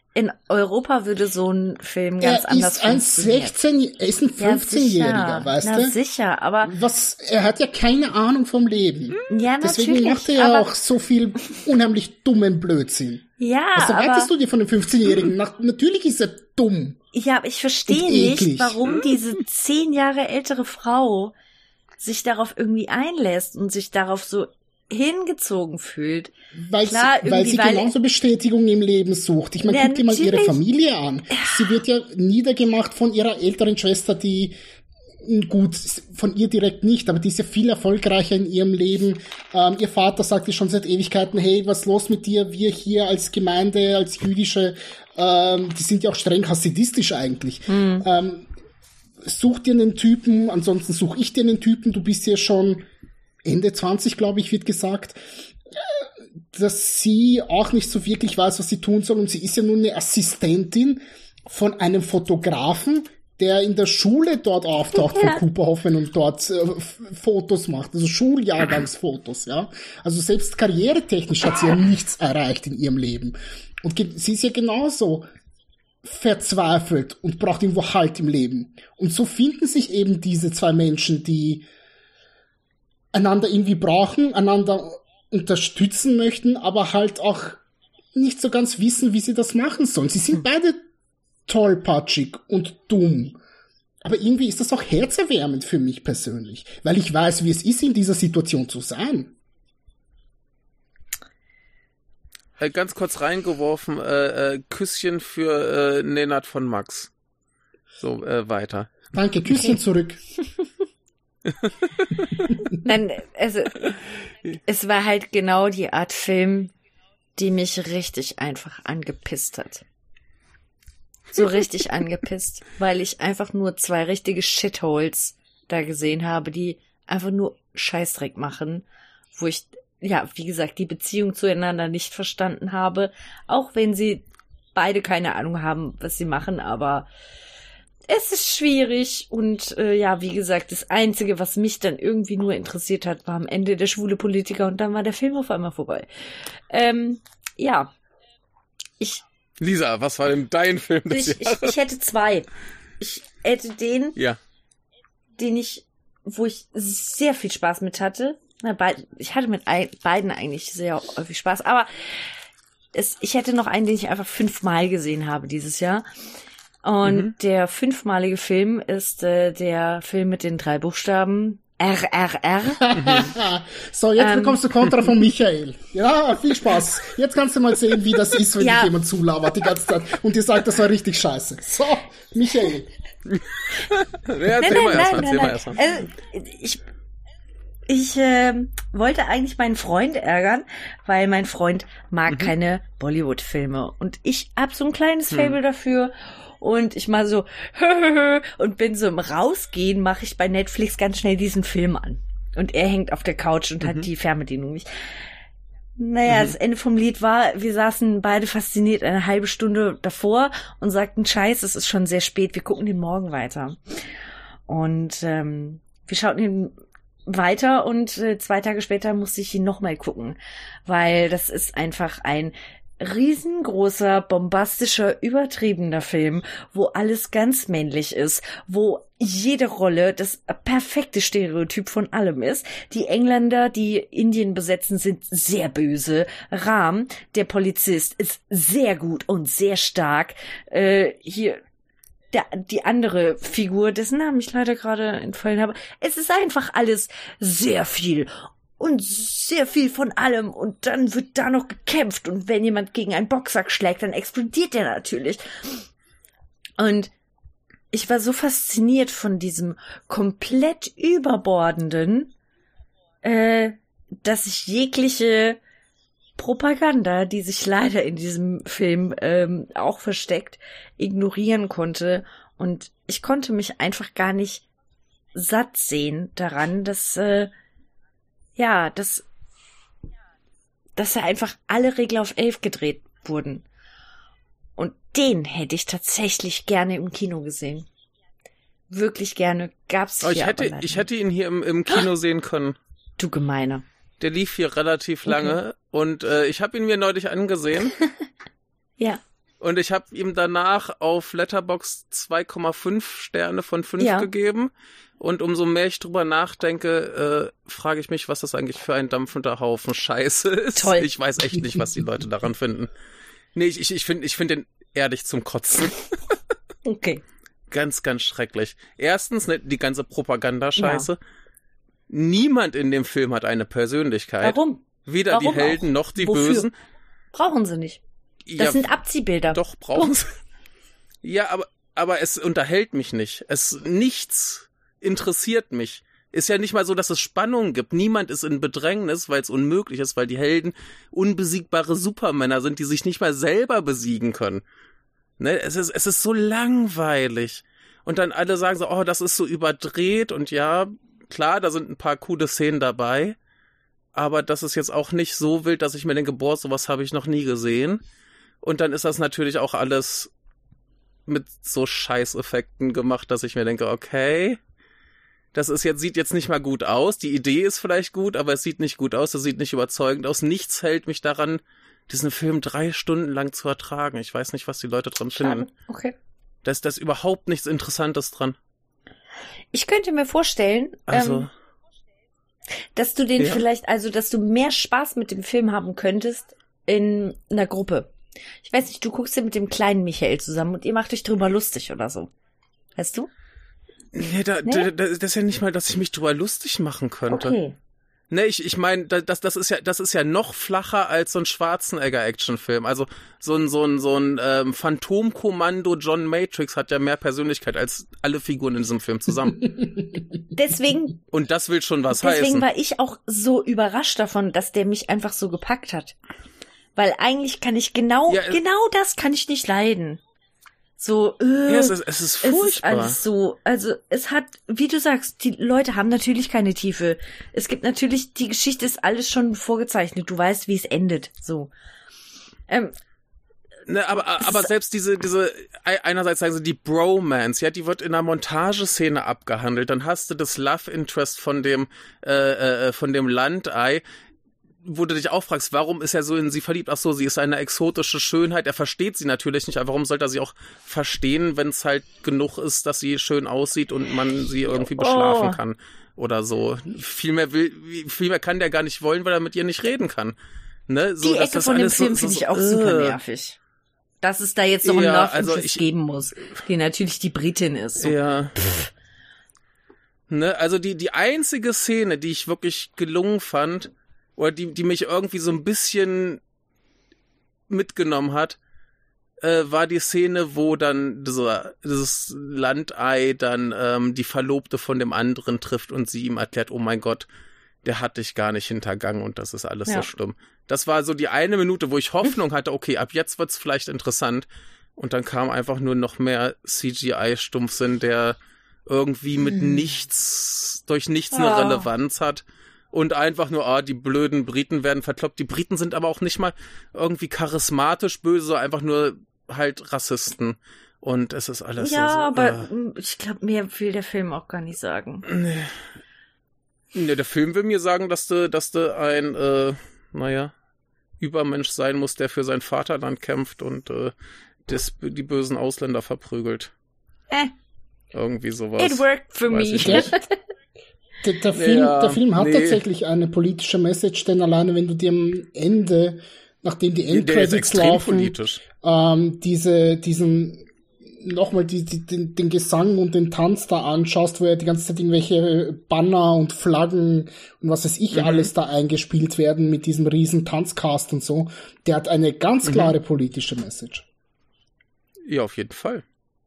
in Europa würde so ein Film ganz er anders ist ein funktionieren. sechzehn, er ist ein fünfzehnjähriger, ja, weißt na, du? Na sicher, aber... Was, er hat ja keine Ahnung vom Leben. Ja, Deswegen natürlich. macht er ja aber, auch so viel unheimlich dummen Blödsinn. Ja, Was erwartest aber... du dir von einem fünfzehnjährigen? Na, natürlich ist er dumm. Ja, aber ich verstehe Und nicht, eklig. warum diese zehn Jahre ältere Frau sich darauf irgendwie einlässt und sich darauf so hingezogen fühlt. Weil Klar, sie, weil irgendwie, sie weil- genauso Bestätigung im Leben sucht. Ich meine, Ja, guck dir mal ihre natürlich. Familie an. Sie wird ja niedergemacht von ihrer älteren Schwester, die, gut, von ihr direkt nicht, aber die ist ja viel erfolgreicher in ihrem Leben. Ähm, ihr Vater sagt ihr schon seit Ewigkeiten, hey, was ist los mit dir? Wir hier als Gemeinde, als jüdische, ähm, die sind ja auch streng hassidistisch eigentlich. Hm. Ähm, such dir einen Typen, ansonsten such ich dir einen Typen, du bist ja schon Ende zwanzig, glaube ich, wird gesagt, dass sie auch nicht so wirklich weiß, was sie tun soll, und sie ist ja nun eine Assistentin von einem Fotografen, der in der Schule dort auftaucht Ja. von Cooper Hoffman und dort äh, F- Fotos macht, also Schuljahrgangsfotos, ja. Also selbst karrieretechnisch hat sie ja nichts erreicht in ihrem Leben. Und ge- sie ist ja genauso verzweifelt und braucht irgendwo Halt im Leben. Und so finden sich eben diese zwei Menschen, die einander irgendwie brauchen, einander unterstützen möchten, aber halt auch nicht so ganz wissen, wie sie das machen sollen. Sie sind beide tollpatschig und dumm. Aber irgendwie ist das auch herzerwärmend für mich persönlich, weil ich weiß, wie es ist, in dieser Situation zu sein. Äh, ganz kurz reingeworfen, äh, äh, Küsschen für äh, Nenad von Max. So, äh, weiter. Danke, Küsschen zurück. Nein, also es war halt genau die Art Film, die mich richtig einfach angepisst hat. So richtig angepisst, weil ich einfach nur zwei richtige Shitholes da gesehen habe, die einfach nur Scheißdreck machen, wo ich, ja, wie gesagt, die Beziehung zueinander nicht verstanden habe, auch wenn sie beide keine Ahnung haben, was sie machen, aber es ist schwierig und äh, ja, wie gesagt, das Einzige, was mich dann irgendwie nur interessiert hat, war am Ende der schwule Politiker und dann war der Film auf einmal vorbei. Ähm, ja, ich Lisa, was war denn dein Film des ich, ich, Jahres? ich hätte zwei. Ich hätte den, Ja. den ich, wo ich sehr viel Spaß mit hatte. Na, beid, ich hatte mit ein, beiden eigentlich sehr häufig Spaß, aber es, ich hätte noch einen, den ich einfach fünfmal gesehen habe dieses Jahr. Und Mhm. der fünfmalige Film ist äh, der Film mit den drei Buchstaben R R R. So, jetzt Ähm. bekommst du Kontra von Michael. Ja, viel Spaß. Jetzt kannst du mal sehen, wie das ist, wenn Ja. dich jemand zulabert die ganze Zeit und dir sagt, das war richtig scheiße. So, Michael. Ja, erzähl mal erstmal, erzähl mal erstmal. Also, ich ich ähm, wollte eigentlich meinen Freund ärgern, weil mein Freund mag Mhm. keine Bollywood-Filme. Und ich hab so ein kleines Hm. Faible dafür. Und ich mal so und bin so im Rausgehen, mache ich bei Netflix ganz schnell diesen Film an. Und er hängt auf der Couch und Mhm. hat die Fernbedienung nicht. Naja, Mhm. das Ende vom Lied war, wir saßen beide fasziniert eine halbe Stunde davor und sagten, scheiße, es ist schon sehr spät, wir gucken den morgen weiter. Und ähm, wir schauten ihn weiter und äh, zwei Tage später musste ich ihn nochmal gucken, weil das ist einfach ein riesengroßer, bombastischer, übertriebener Film, wo alles ganz männlich ist, wo jede Rolle das perfekte Stereotyp von allem ist. Die Engländer, die Indien besetzen, sind sehr böse. Ram, der Polizist, ist sehr gut und sehr stark. Äh, hier der, die andere Figur, dessen Namen ich leider gerade entfallen habe. Es ist einfach alles sehr viel. Und sehr viel von allem. Und dann wird da noch gekämpft. Und wenn jemand gegen einen Boxsack schlägt, dann explodiert der natürlich. Und ich war so fasziniert von diesem komplett überbordenden, äh, dass ich jegliche Propaganda, die sich leider in diesem Film ähm, auch versteckt, ignorieren konnte. Und ich konnte mich einfach gar nicht satt sehen daran, dass äh, ja, dass, dass da einfach alle Regler auf elf gedreht wurden. Und den hätte ich tatsächlich gerne im Kino gesehen. Wirklich gerne. Gab's Oh, ich hier hätte, aber leider ich hätte ihn hier im, im Kino sehen können. nicht. Du Gemeiner. Der lief hier relativ lange und äh, ich habe ihn mir neulich angesehen. Ja. Und ich habe ihm danach auf Letterboxd zwei Komma fünf Sterne von fünf Ja. gegeben. Und umso mehr ich drüber nachdenke, äh, frage ich mich, was das eigentlich für ein dampfender Haufen Scheiße ist. Toll. Ich weiß echt nicht, was die Leute daran finden. Nee, ich, ich, ich finde ich find den ehrlich zum Kotzen. Okay. Ganz, ganz schrecklich. Erstens, ne, die ganze Propagandascheiße. Ja. Niemand in dem Film hat eine Persönlichkeit. Warum? Weder Warum die Helden auch? noch die Wofür? Bösen. Brauchen sie nicht. Das Ja, sind Abziehbilder. Doch, brauchen sie. Ja, aber, aber es unterhält mich nicht. Es, nichts interessiert mich. Ist ja nicht mal so, dass es Spannung gibt. Niemand ist in Bedrängnis, weil es unmöglich ist, weil die Helden unbesiegbare Supermänner sind, die sich nicht mal selber besiegen können. Ne, es ist, es ist so langweilig. Und dann alle sagen so, oh, das ist so überdreht und ja, klar, da sind ein paar coole Szenen dabei, aber das ist jetzt auch nicht so wild, dass ich mir denke, boah, sowas habe ich noch nie gesehen. Und dann ist das natürlich auch alles mit so Scheißeffekten gemacht, dass ich mir denke, okay, das ist jetzt, sieht jetzt nicht mal gut aus. Die Idee ist vielleicht gut, aber es sieht nicht gut aus, es sieht nicht überzeugend aus. Nichts hält mich daran, diesen Film drei Stunden lang zu ertragen. Ich weiß nicht, was die Leute dran Schade. finden. Okay. Da ist, da ist überhaupt nichts Interessantes dran. Ich könnte mir vorstellen, Also, ähm, dass du den Ja. vielleicht, also dass du mehr Spaß mit dem Film haben könntest in einer Gruppe. Ich weiß nicht, du guckst ja mit dem kleinen Michael zusammen und ihr macht euch drüber lustig oder so. Weißt du? nee, da, Nee? da, da, das ist ja nicht mal, dass ich mich drüber lustig machen könnte. Okay. Ne, ich, ich meine, das, das ist ja, das ist ja noch flacher als so ein Schwarzenegger-Actionfilm. Also so ein, so ein, so ein ähm, Phantomkommando John Matrix hat ja mehr Persönlichkeit als alle Figuren in diesem Film zusammen. Deswegen, Und das will schon was deswegen heißen. war ich auch so überrascht davon, dass der mich einfach so gepackt hat. Weil eigentlich kann ich genau, Ja, äh, genau das kann ich nicht leiden. So, äh, Ja, es ist, es ist es ist furchtbar. alles so, also es hat, wie du sagst, die Leute haben natürlich keine Tiefe. Es gibt natürlich, die Geschichte ist alles schon vorgezeichnet. Du weißt, wie es endet. So. Ähm, Ne, aber, aber selbst diese, diese, einerseits sagen sie, die Bromance, ja, die wird in einer Montageszene abgehandelt. Dann hast du das Love Interest von dem, äh, äh, von dem Landei, wo du dich auch fragst, warum ist er so in sie verliebt? Ach so, sie ist eine exotische Schönheit. Er versteht sie natürlich nicht, aber warum sollte er sie auch verstehen, wenn es halt genug ist, dass sie schön aussieht und man sie irgendwie beschlafen Oh. kann oder so. Viel mehr will, viel mehr kann der gar nicht wollen, weil er mit ihr nicht reden kann. Ne? So, die dass Ecke das von dem alles so- Film so- finde so- ich auch super äh. nervig. Dass es da jetzt noch einen Ja, Love also Interest ich- geben muss, die natürlich die Britin ist. So. Ja. Ne, also die, die einzige Szene, die ich wirklich gelungen fand, oder die, die mich irgendwie so ein bisschen mitgenommen hat, äh, war die Szene, wo dann dieser, dieses Landei dann ähm, die Verlobte von dem anderen trifft und sie ihm erklärt, oh mein Gott, der hat dich gar nicht hintergangen und das ist alles Ja. so schlimm. Das war so die eine Minute, wo ich Hoffnung hatte, okay, ab jetzt wird's vielleicht interessant. Und dann kam einfach nur noch mehr C G I-Stumpfsinn, der irgendwie mit Hm. nichts, durch nichts eine Ah. Relevanz hat. Und einfach nur, ah, die blöden Briten werden verkloppt. Die Briten sind aber auch nicht mal irgendwie charismatisch böse, sondern einfach nur halt Rassisten. Und es ist alles Ja, so, so aber äh, mm, ich glaube, mehr will der Film auch gar nicht sagen. Nee. Nee, der Film will mir sagen, dass du, dass du ein, äh, naja, Übermensch sein musst, der für sein Vaterland kämpft und äh, das, die bösen Ausländer verprügelt. Eh, Irgendwie sowas. it worked for Weiß me. ich Der, nicht. der, der, Film, Ja, der Film hat nee. tatsächlich eine politische Message, denn alleine wenn du dir am Ende, nachdem die Der ist Endcredits extrem laufen, politisch. ähm, diese, diesen, nochmal die, die, den, den Gesang und den Tanz da anschaust, wo ja die ganze Zeit irgendwelche Banner und Flaggen und was weiß ich Mhm. alles da eingespielt werden mit diesem riesen Tanzcast und so, der hat eine ganz Mhm. klare politische Message. Ja, auf jeden Fall.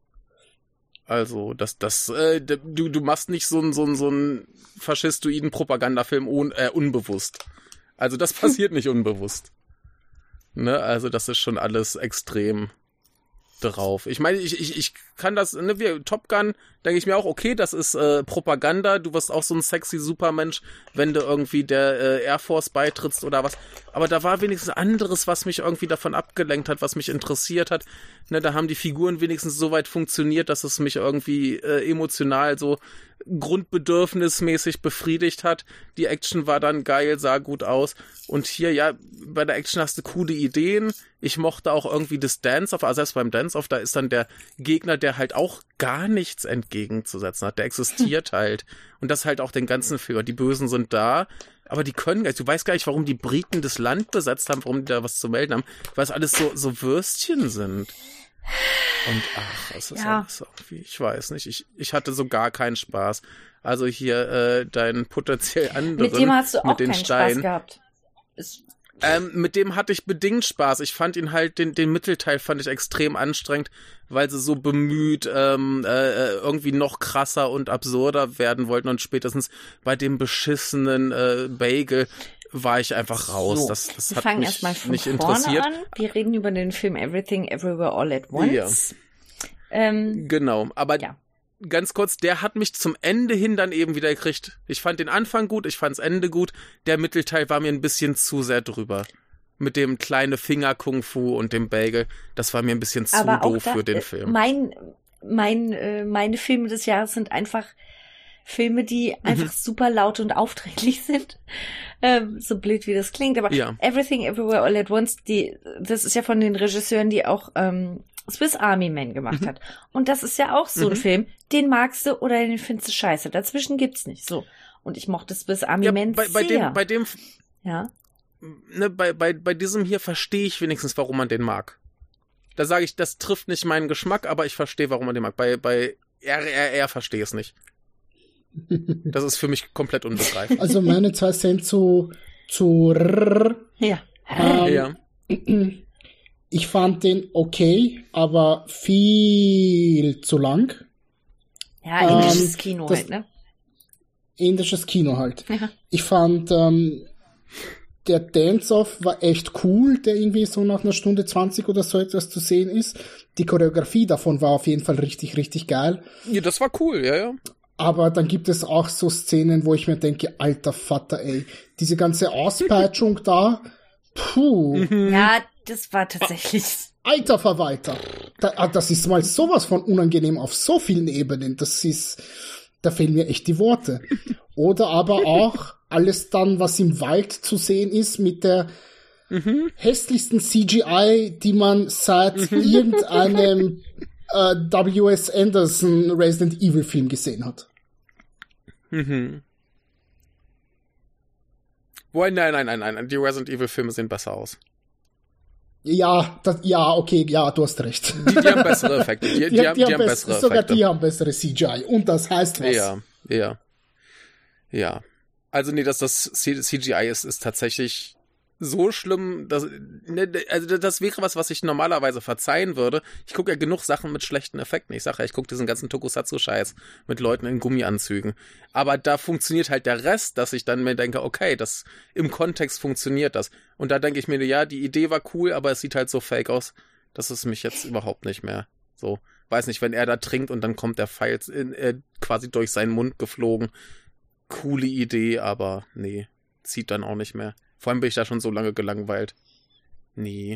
Also, das, das, äh, du, du machst nicht so einen, so einen, so einen faschistoiden Propagandafilm un, äh, unbewusst. Also, das passiert nicht unbewusst. Ne, also, das ist schon alles extrem drauf. Ich meine, ich, ich, ich kann das, ne, wie Top Gun, denke ich mir auch, okay, das ist äh, Propaganda, du wirst auch so ein sexy Supermensch, wenn du irgendwie der äh, Air Force beitrittst oder was. Aber da war wenigstens anderes, was mich irgendwie davon abgelenkt hat, was mich interessiert hat. Ne, da haben die Figuren wenigstens so weit funktioniert, dass es mich irgendwie äh, emotional so grundbedürfnismäßig befriedigt hat. Die Action war dann geil, sah gut aus. Und hier, ja, bei der Action hast du coole Ideen. Ich mochte auch irgendwie das Dance-Off, also selbst beim Dance-Off, da ist dann der Gegner, der halt auch gar nichts entgegenzusetzen hat. Der existiert halt. Und das halt auch den ganzen Film. Die Bösen sind da, aber die können, also du weißt gar nicht, warum die Briten das Land besetzt haben, warum die da was zu melden haben, weil es alles so, so Würstchen sind. Und ach, das ist Ja. alles irgendwie, ich weiß nicht, ich, ich hatte so gar keinen Spaß. Also hier äh, dein potenziell anderen Mit dem hast du auch mit den keinen Steinen. Spaß gehabt. Ist, Ähm, mit dem hatte ich bedingt Spaß. Ich fand ihn halt, den, den Mittelteil fand ich extrem anstrengend, weil sie so bemüht ähm, äh, irgendwie noch krasser und absurder werden wollten. Und spätestens bei dem beschissenen äh, Bagel war ich einfach raus. So, Das, das wir hat fangen mich erstmal von nicht vorne interessiert. an. Wir reden über den Film Everything Everywhere All at Once. Ja. Ähm, Genau, aber ja. ganz kurz, der hat mich zum Ende hin dann eben wieder gekriegt. Ich fand den Anfang gut, ich fand das Ende gut. Der Mittelteil war mir ein bisschen zu sehr drüber. Mit dem kleine Finger Kung Fu und dem Bagel. Das war mir ein bisschen zu Aber auch doof das, für den äh, Film. Mein, mein, äh, meine Filme des Jahres sind einfach Filme, die einfach super laut und aufdringlich sind. Ähm, so blöd wie das klingt. Aber Ja. Everything Everywhere All at Once, die, das ist ja von den Regisseuren, die auch ähm, Swiss Army Man gemacht Mhm. hat. Und das ist ja auch so ein Mhm. Film, den magst du oder den findest du scheiße. Dazwischen gibt's nicht. So. Und ich mochte Swiss Army Ja, Man bei, bei sehr. dem, bei dem, ja. ne, bei, bei, bei diesem hier verstehe ich wenigstens, warum man den mag. Da sage ich, das trifft nicht meinen Geschmack, aber ich verstehe, warum man den mag. Bei, bei R R R verstehe ich es nicht. Das ist für mich komplett unbegreiflich. Also meine zwei Cent zu, zu R. Ja. Ähm, Ja. Ich fand den okay, aber viel zu lang. Ja, Ähm, indisches Kino das- halt, ne? Indisches Kino halt. Ja. Ich fand, ähm, der Dance-Off war echt cool, der irgendwie so nach einer Stunde zwanzig oder so etwas zu sehen ist. Die Choreografie davon war auf jeden Fall richtig, richtig geil. Ja, das war cool, ja, ja. Aber dann gibt es auch so Szenen, wo ich mir denke, alter Vater, ey, diese ganze Auspeitschung da, puh, Ja, das war tatsächlich. alter Verwalter. Da, ah, das ist mal sowas von unangenehm auf so vielen Ebenen. Das ist, da fehlen mir echt die Worte. Oder aber auch alles dann, was im Wald zu sehen ist, mit der hässlichsten C G I, die man seit irgendeinem äh, W S. Anderson Resident Evil Film gesehen hat. Mhm. Wohl, nein, nein, nein, nein, die Resident Evil Filme sehen besser aus. Ja, das, ja, okay, ja, du hast recht. Die, die haben bessere Effekte. Die, die, Die, haben, die die haben bess- bessere sogar Effekte. die haben bessere C G I. Und das heißt was. Ja, ja. Ja. Also nee, das, das C G I ist, ist tatsächlich so schlimm, dass, ne, also das wäre was, was ich normalerweise verzeihen würde. Ich gucke ja genug Sachen mit schlechten Effekten. Ich sage ja, ich gucke diesen ganzen Tokusatsu-Scheiß mit Leuten in Gummianzügen. Aber da funktioniert halt der Rest, dass ich dann mir denke, okay, das im Kontext funktioniert das. Und da denke ich mir, ja, die Idee war cool, aber es sieht halt so fake aus, dass es mich jetzt überhaupt nicht mehr so, weiß nicht, wenn er da trinkt und dann kommt der Pfeil in, äh, quasi durch seinen Mund geflogen. Coole Idee, aber nee, zieht dann auch nicht mehr. Vor allem bin ich da schon so lange gelangweilt. Nee.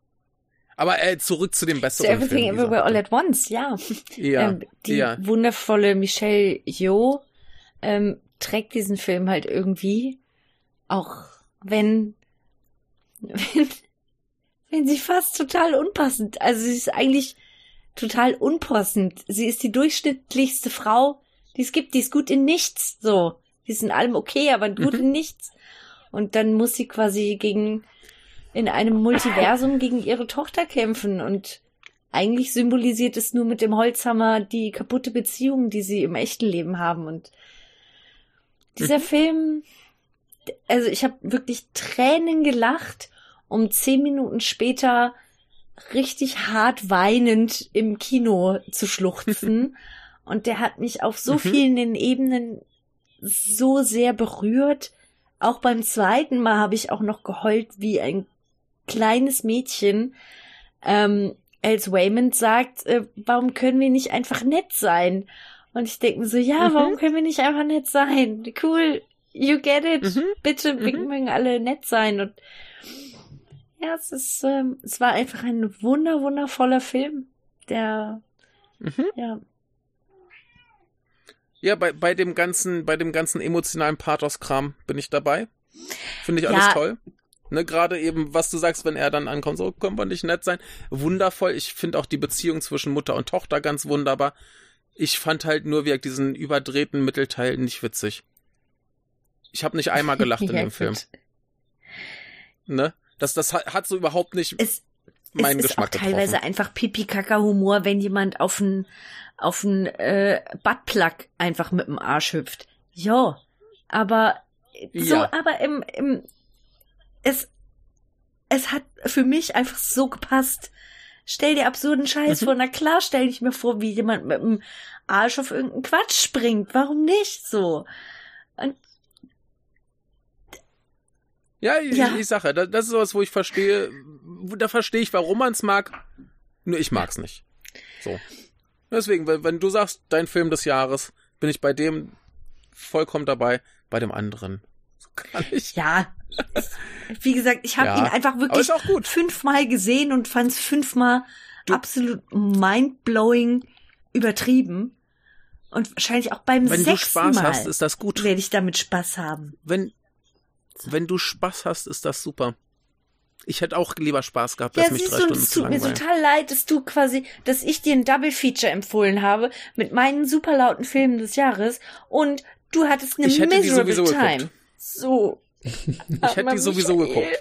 Aber äh, zurück zu dem So besseren Everything Film. Everywhere All at Once, ja. Ja, ähm, die ja. wundervolle Michelle Yeoh ähm, trägt diesen Film halt irgendwie, auch wenn, wenn, wenn sie fast total unpassend, also sie ist eigentlich total unpassend. Sie ist die durchschnittlichste Frau, die es gibt, die ist gut in nichts, so. Die ist in allem okay, aber gut Mhm. in nichts. Und dann muss sie quasi gegen, in einem Multiversum gegen ihre Tochter kämpfen und eigentlich symbolisiert es nur mit dem Holzhammer die kaputte Beziehung, die sie im echten Leben haben. Und dieser Mhm. Film, also ich habe wirklich Tränen gelacht, um zehn Minuten später richtig hart weinend im Kino zu schluchzen. Und der hat mich auf so Mhm. vielen Ebenen so sehr berührt. Auch beim zweiten Mal habe ich auch noch geheult wie ein kleines Mädchen, ähm, als Waymond sagt, äh, warum können wir nicht einfach nett sein? Und ich denke mir so, ja, Mhm. warum können wir nicht einfach nett sein? Cool, you get it. Mhm. Bitte, wir Mhm. mögen alle nett sein. Und ja, es ist, ähm, es war einfach ein wunder, wundervoller Film, der, Mhm. ja, Ja, bei, bei dem ganzen, bei dem ganzen emotionalen Pathos-Kram bin ich dabei. Finde ich Ja. alles toll. Ne, gerade eben, was du sagst, wenn er dann ankommt, so, können wir nicht nett sein. Wundervoll. Ich finde auch die Beziehung zwischen Mutter und Tochter ganz wunderbar. Ich fand halt nur wie diesen überdrehten Mittelteil nicht witzig. Ich habe nicht einmal gelacht in Ja, dem Film. gut. Ne? Das, das hat, hat so überhaupt nicht Es, meinen es ist Geschmack auch teilweise getroffen. einfach Pipi-Kaka-Humor, wenn jemand auf ein auf ein äh, Buttplug einfach mit dem Arsch hüpft. Ja, aber so, Ja. aber im, im es es hat für mich einfach so gepasst. Stell dir absurden Scheiß Mhm. vor. Na klar, stell ich mir vor, wie jemand mit dem Arsch auf irgendeinen Quatsch springt. Warum nicht so? Und Ja, ich, Ja. ich sag ja, das, das ist sowas, wo ich verstehe, wo- da verstehe ich, warum man es mag, nur ich mag's nicht. So. Deswegen, wenn, wenn du sagst, dein Film des Jahres, bin ich bei dem vollkommen dabei, bei dem anderen so gar nicht. ja, wie gesagt, ich habe Ja, ihn einfach aber wirklich ist auch gut. fünfmal gesehen und fand es fünfmal Du- absolut mindblowing übertrieben. Und wahrscheinlich auch beim Wenn du sechsten Spaß Mal hast, ist das gut. werde ich damit Spaß haben. Wenn, wenn du Spaß hast, ist das super. Ich hätte auch lieber Spaß gehabt, Ja, als mich siehst drei du, Stunden es zu tut mir langweilen. total leid, dass du quasi, dass ich dir ein Double Feature empfohlen habe mit meinen super lauten Filmen des Jahres und du hattest eine Ich hätte die miserable sowieso time. geguckt. So. Ich hätte die sowieso geguckt.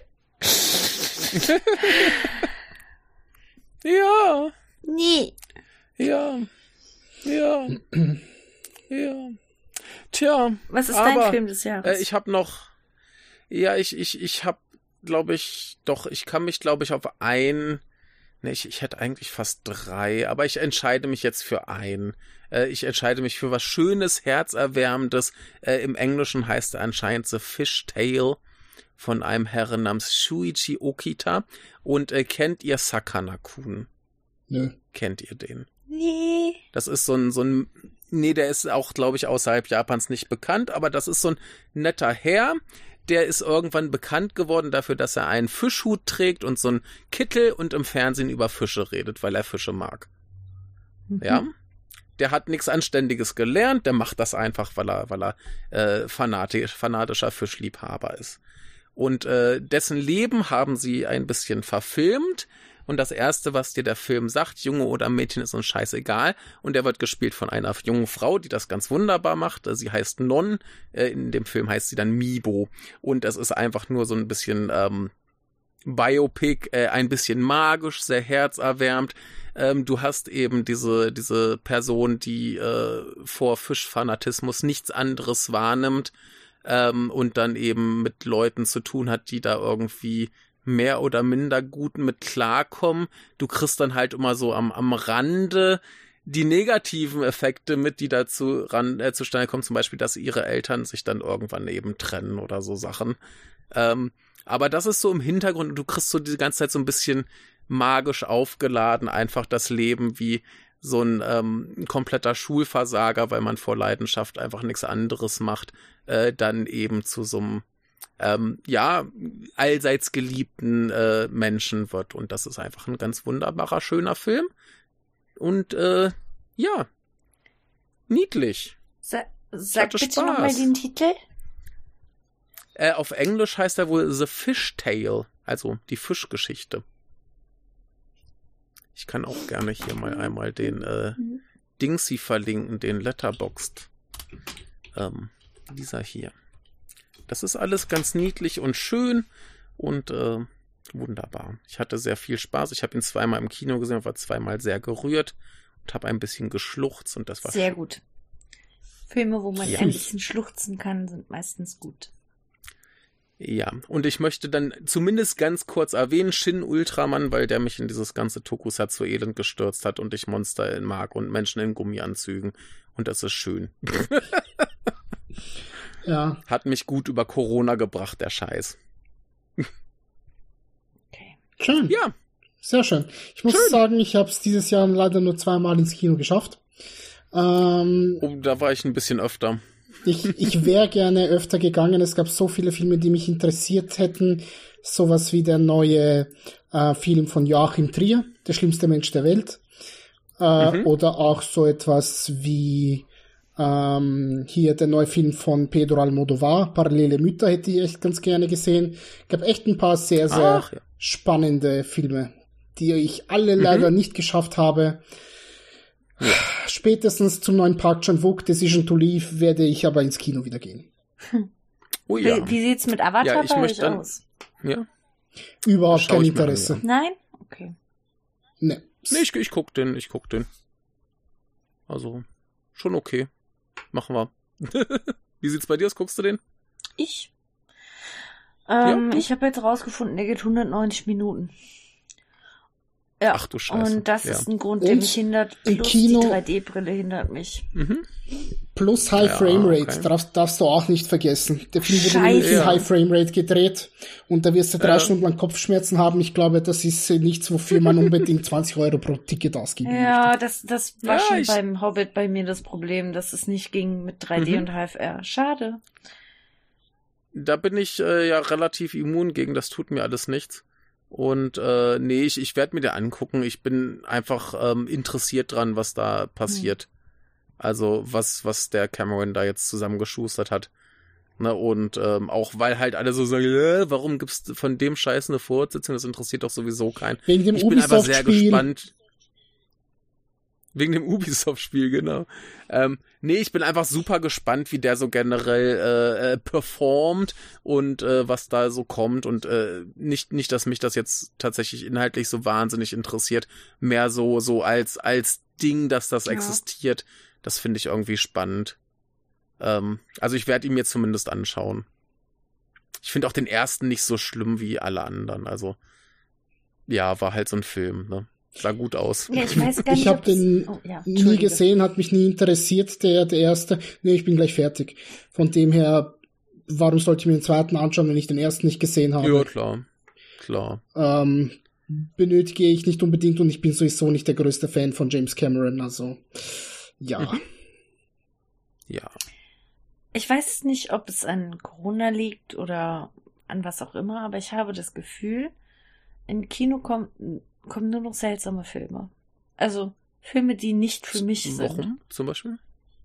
Ja, Nee. ja, ja, ja. Tja, Was ist aber, dein Film des Jahres? Äh, ich habe noch, ja, ich, ich, ich habe, glaube ich, doch, ich kann mich, glaube ich, auf ein, ne, ich, ich hätte eigentlich fast drei, aber ich entscheide mich jetzt für ein. Äh, ich entscheide mich für was Schönes, Herzerwärmendes. Äh, im Englischen heißt er anscheinend The Fish Tale von einem Herren namens Shuichi Okita. Und äh, kennt ihr Sakana-kun? Nö. Kennt ihr den? nee. Das ist so ein, so ein, nee, der ist auch, glaube ich, außerhalb Japans nicht bekannt, aber das ist so ein netter Herr, der ist irgendwann bekannt geworden dafür, dass er einen Fischhut trägt und so einen Kittel und im Fernsehen über Fische redet, weil er Fische mag. Mhm. Ja? Der hat nichts Anständiges gelernt, der macht das einfach, weil er, weil er äh, fanatisch, fanatischer Fischliebhaber ist. Und äh, dessen Leben haben sie ein bisschen verfilmt. Und das Erste, was dir der Film sagt, Junge oder Mädchen, ist uns scheißegal. Und der wird gespielt von einer jungen Frau, die das ganz wunderbar macht. Sie heißt Non. In dem Film heißt sie dann Mibo. Und es ist einfach nur so ein bisschen ähm, Biopic, äh, ein bisschen magisch, sehr herzerwärmt. Ähm, du hast eben diese, diese Person, die äh, vor Fischfanatismus nichts anderes wahrnimmt ähm, und dann eben mit Leuten zu tun hat, die da irgendwie mehr oder minder gut mit klarkommen. Du kriegst dann halt immer so am, am Rande die negativen Effekte mit, die dazu ran, äh, zustande kommen, zum Beispiel, dass ihre Eltern sich dann irgendwann eben trennen oder so Sachen. Ähm, aber das ist so im Hintergrund und du kriegst so die ganze Zeit so ein bisschen magisch aufgeladen, einfach das Leben wie so ein ähm, kompletter Schulversager, weil man vor Leidenschaft einfach nichts anderes macht, äh, dann eben zu so einem Ähm, ja, allseits geliebten äh, Menschen wird. Und das ist einfach ein ganz wunderbarer, schöner Film. Und äh, ja, niedlich. Sa sag hatte bitte Spaß. nochmal den Titel. Äh, auf Englisch heißt er wohl The Fish Tale, also die Fischgeschichte. Ich kann auch gerne hier mal einmal den äh, Dingsy verlinken, den Letterboxd. Ähm, dieser hier. Das ist alles ganz niedlich und schön und äh, wunderbar. Ich hatte sehr viel Spaß. Ich habe ihn zweimal im Kino gesehen, war zweimal sehr gerührt und habe ein bisschen geschluchzt und das war Sehr schön. gut. Filme, wo man Ja. ein bisschen schluchzen kann, sind meistens gut. Ja, und ich möchte dann zumindest ganz kurz erwähnen, Shin Ultraman, weil der mich in dieses ganze Tokusatsu elend gestürzt hat und ich Monster mag und Menschen in Gummianzügen und das ist schön. Ja. Hat mich gut über Corona gebracht, der Scheiß. Schön. Ja. Sehr schön. Ich muss Schön. sagen, ich habe es dieses Jahr leider nur zweimal ins Kino geschafft. Ähm, Oh, da war ich ein bisschen öfter. ich ich wäre gerne öfter gegangen. Es gab so viele Filme, die mich interessiert hätten. Sowas wie der neue äh, Film von Joachim Trier, Der schlimmste Mensch der Welt. Äh, Mhm. Oder auch so etwas wie Ähm, hier der neue Film von Pedro Almodovar, Parallele Mütter, hätte ich echt ganz gerne gesehen. Gab echt ein paar sehr, sehr Ach, ja. spannende Filme, die ich alle mhm. leider nicht geschafft habe. Ja. Spätestens zum neuen Park Chan-wook, Decision to Leave, werde ich aber ins Kino wieder gehen. Hm. Oh ja. Wie, wie sieht's mit Avatar ja, ich bei möchte euch dann, aus? Ja. Überhaupt kein Interesse. An, ja. Nein? Okay. Nee. Nee, ich, ich guck den, ich guck den. Also, schon okay. Machen wir. Wie sieht's bei dir aus? Guckst du den? Ich? Ähm, ja, ich habe jetzt rausgefunden, der geht hundertneunzig Minuten. Ja. Ach du Scheiße. Und das ja. ist ein Grund, der Und mich hindert. im Plus Kino- die drei D-Brille hindert mich. Mhm. Plus High Ja, Framerate, okay. darfst, darfst du auch nicht vergessen. Der Film wurde Scheiße. nämlich in Ja. High Framerate gedreht und da wirst du drei Ja. Stunden lang Kopfschmerzen haben. Ich glaube, das ist äh, nichts, wofür man unbedingt zwanzig Euro pro Ticket ausgeben Ja, möchte. das, das war Ja, schon ich- beim Hobbit bei mir das Problem, dass es nicht ging mit drei D Mhm. und H F R. Schade. Da bin ich äh, ja relativ immun gegen, das tut mir alles nichts. Und äh, nee, ich, ich werde mir den angucken. Ich bin einfach ähm, interessiert dran, was da passiert. Also was, was der Cameron da jetzt zusammengeschustert hat. Ne, und ähm, auch weil halt alle so sagen, äh, warum gibt's von dem Scheiß eine Fortsetzung? Das interessiert doch sowieso keinen. Wegen dem Ich bin einfach sehr Ubisoft-Spiel. gespannt. Wegen dem Ubisoft-Spiel, genau. Ähm, nee, ich bin einfach super gespannt, wie der so generell äh, äh, performt und äh, was da so kommt. Und äh, nicht, nicht, dass mich das jetzt tatsächlich inhaltlich so wahnsinnig interessiert. Mehr so, so als, als Ding, dass das Ja. existiert. Das finde ich irgendwie spannend. Ähm, also ich werde ihn mir zumindest anschauen. Ich finde auch den ersten nicht so schlimm wie alle anderen. Also, ja, war halt so ein Film, ne? Sah gut aus. Ja, ich weiß gar nicht, Ich habe ob das- den oh, ja, nie Entschuldige. gesehen, hat mich nie interessiert, der, der erste. Nee, ich bin gleich fertig. Von dem her, warum sollte ich mir den zweiten anschauen, wenn ich den ersten nicht gesehen habe? Ja, klar. Klar. Ähm, benötige ich nicht unbedingt und ich bin sowieso nicht der größte Fan von James Cameron, also ja. Mhm. Ja. Ich weiß nicht, ob es an Corona liegt oder an was auch immer, aber ich habe das Gefühl, im Kino kommen, kommen nur noch seltsame Filme. Also Filme, die nicht für mich sind. Warum zum Beispiel?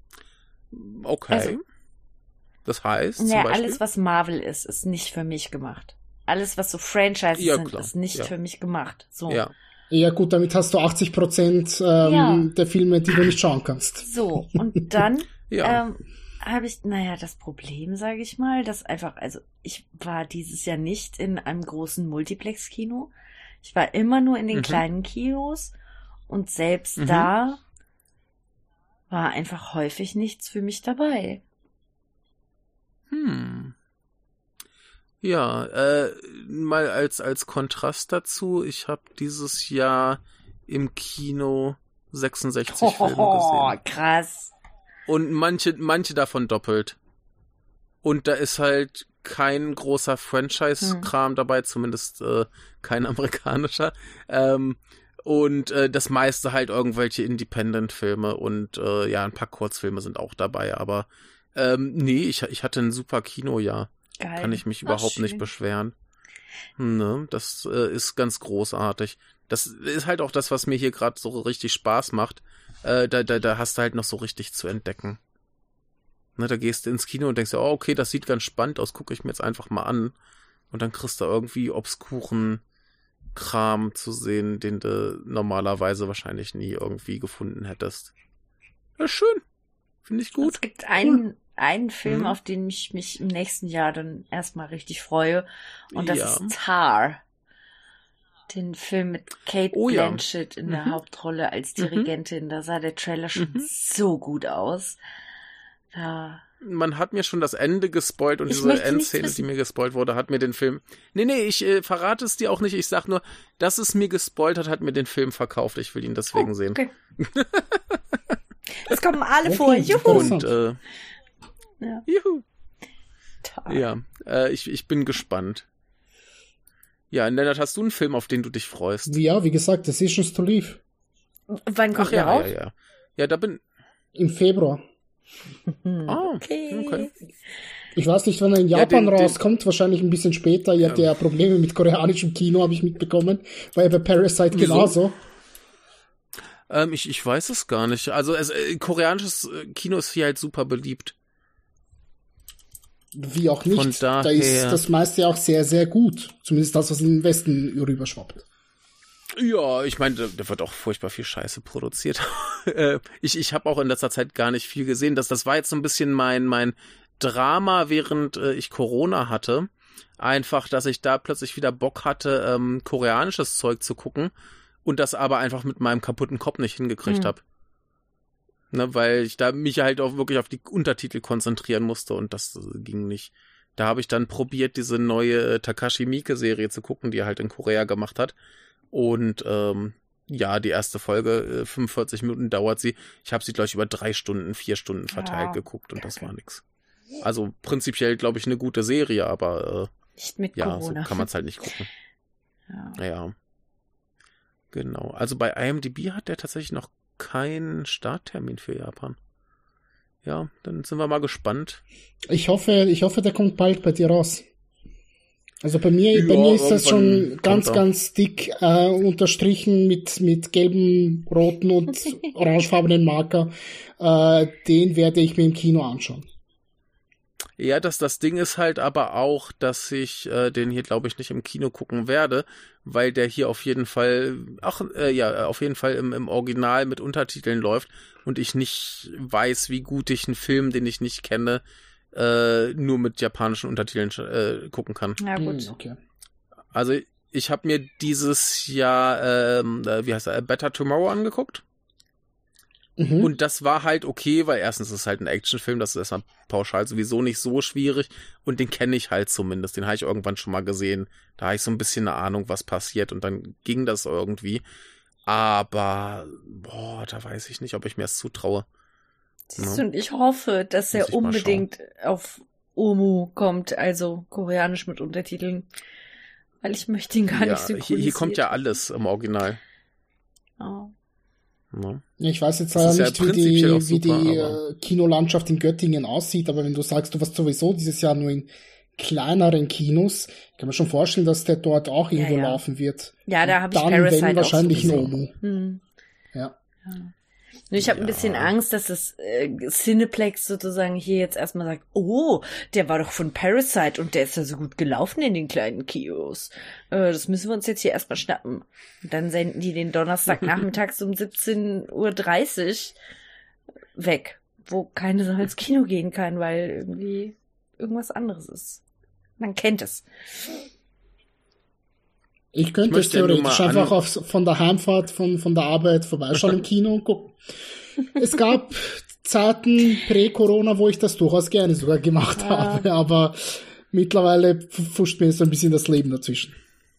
Okay. Also- das heißt zum Naja, Beispiel? alles, was Marvel ist, ist nicht für mich gemacht. Alles, was so Franchises Ja, sind, klar. ist nicht Ja. für mich gemacht. So. Ja. Ja gut, damit hast du achtzig Prozent ähm, Ja. der Filme, die du nicht schauen kannst. So, und dann Ja. ähm, habe ich, naja, das Problem, sage ich mal, dass einfach, also ich war dieses Jahr nicht in einem großen Multiplex-Kino. Ich war immer nur in den Mhm. kleinen Kinos und selbst Mhm. da war einfach häufig nichts für mich dabei. Hm. Ja, äh, mal als, als Kontrast dazu, ich habe dieses Jahr im Kino sechsundsechzig Filme Oh, gesehen. krass. Und manche, manche davon doppelt. Und da ist halt kein großer Franchise-Kram dabei, zumindest äh, kein amerikanischer. Ähm, und äh, das meiste halt irgendwelche Independent-Filme und äh, ja, ein paar Kurzfilme sind auch dabei. Aber ähm, nee, ich, ich hatte ein super Kinojahr. Geil. Kann ich mich Ach, überhaupt schön. nicht beschweren. Ne, das äh, ist ganz großartig. Das ist halt auch das, was mir hier gerade so richtig Spaß macht. Äh, da, da, da hast du halt noch so richtig zu entdecken. Ne, da gehst du ins Kino und denkst, oh, okay, das sieht ganz spannend aus, gucke ich mir jetzt einfach mal an. Und dann kriegst du irgendwie obskuren Kram zu sehen, den du normalerweise wahrscheinlich nie irgendwie gefunden hättest. Ja, schön. Finde ich gut. Es gibt einen, einen Film, Mhm. auf den ich mich im nächsten Jahr dann erstmal richtig freue. Und das Ja. ist Tar. Den Film mit Kate Oh ja. Blanchett in der Mhm. Hauptrolle als Mhm. Dirigentin. Da sah der Trailer schon Mhm. so gut aus. Da. Man hat mir schon das Ende gespoilt und Ich diese möchte nichts Endszene, wissen. die mir gespoilt wurde, hat mir den Film... Nee, nee, ich äh, verrate es dir auch nicht. Ich sag nur, dass es mir gespoilt hat, hat mir den Film verkauft. Ich will ihn deswegen Oh, sehen. okay. Es kommen alle Okay, vor. Juhu. interessant. Und, äh, Ja. juhu. Tar. Ja, äh, ich, ich bin gespannt. Ja, Lennart, hast du einen Film, auf den du dich freust? Ja, wie gesagt, Decisions to Leave. Wann kommt Ach der ja, raus? ja, ja. Ja, da bin... Im Februar. Hm. Ah, Okay. okay. Ich weiß nicht, wann er in Ja, Japan den- den- rauskommt, wahrscheinlich ein bisschen später. Ihr habt ja Probleme mit koreanischem Kino, habe ich mitbekommen. War ja bei Parasite Wieso? genauso. Ähm, ich, ich weiß es gar nicht. Also es, äh, koreanisches Kino ist hier halt super beliebt. Wie auch nicht. Von Da daher- ist das meiste auch sehr, sehr gut. Zumindest das, was in den Westen rüberschwappt. Ja, ich meine, da, da wird auch furchtbar viel Scheiße produziert. Äh, ich ich habe auch in letzter Zeit gar nicht viel gesehen. Das, das war jetzt so ein bisschen mein, mein Drama, während äh, ich Corona hatte. Einfach, dass ich da plötzlich wieder Bock hatte, ähm, koreanisches Zeug zu gucken und das aber einfach mit meinem kaputten Kopf nicht hingekriegt Hm. habe. Ne, weil ich da mich halt auch wirklich auf die Untertitel konzentrieren musste und das äh, ging nicht. Da habe ich dann probiert, diese neue äh, Takashi Miike-Serie zu gucken, die er halt in Korea gemacht hat. Und ähm, ja, die erste Folge, äh, fünfundvierzig Minuten dauert sie. Ich habe sie, glaube ich, über drei Stunden, vier Stunden verteilt Ja. geguckt und das war nix. Also prinzipiell, glaube ich, eine gute Serie, aber Nicht mit äh, ja, Corona. so kann man es halt nicht gucken. Ja. Ja. Genau. Also bei I M D B hat der tatsächlich noch keinen Starttermin für Japan. Ja, dann sind wir mal gespannt. Ich hoffe, ich hoffe, der kommt bald bei dir raus. Also bei mir, Ja, bei mir ist das schon irgendwann ganz, kommt er. ganz dick äh, unterstrichen mit mit gelben, roten und orangefarbenen Marker. Äh, den werde ich mir im Kino anschauen. Ja, das, das Ding ist halt aber auch, dass ich äh, den hier, glaube ich, nicht im Kino gucken werde, weil der hier auf jeden Fall, ach, äh, ja, auf jeden Fall im, im Original mit Untertiteln läuft und ich nicht weiß, wie gut ich einen Film, den ich nicht kenne, äh, nur mit japanischen Untertiteln äh, gucken kann. Ja, Hm, gut. okay. Also ich habe mir dieses Jahr, ähm, äh, wie heißt er, Better Tomorrow angeguckt. Mhm. Und das war halt okay, weil erstens ist es halt ein Actionfilm, das ist erstmal pauschal sowieso nicht so schwierig und den kenne ich halt zumindest, den habe ich irgendwann schon mal gesehen. Da habe ich so ein bisschen eine Ahnung, was passiert und dann ging das irgendwie. Aber, boah, da weiß ich nicht, ob ich mir das zutraue. Siehst du, und ich hoffe, dass Muss er ich mal unbedingt auf Omu kommt, also koreanisch mit Untertiteln. Weil ich möchte ihn gar Ja, nicht hier, synchronisiert. hier kommt ja alles im Original. Oh. Ne? Ich weiß jetzt Das leider ist ja nicht, wie prinzipiell auch die, wie super, die aber- äh, Kinolandschaft in Göttingen aussieht, aber wenn du sagst, du warst sowieso dieses Jahr nur in kleineren Kinos, kann man schon vorstellen, dass der dort auch irgendwo ja. laufen wird. Ja, da habe ich Dann, Parasite wenn, auch wahrscheinlich in sowieso. Omu. Hm. Ja. Ja. Nur ich habe Ja. ein bisschen Angst, dass das äh, Cineplex sozusagen hier jetzt erstmal sagt, oh, der war doch von Parasite und der ist ja so gut gelaufen in den kleinen Kios. Äh, das müssen wir uns jetzt hier erstmal schnappen. Und dann senden die den Donnerstagnachmittags um siebzehn Uhr dreißig weg, wo keine Sau ins Kino gehen kann, weil irgendwie irgendwas anderes ist. Man kennt es. Ich könnte Ich es möchte ja nur theoretisch mal einfach an- auf, von der Heimfahrt, von, von der Arbeit vorbeischauen im Kino und gucken. Es gab Zeiten prä-Corona, wo ich das durchaus gerne sogar gemacht Ja. habe, aber mittlerweile pfuscht mir so ein bisschen das Leben dazwischen.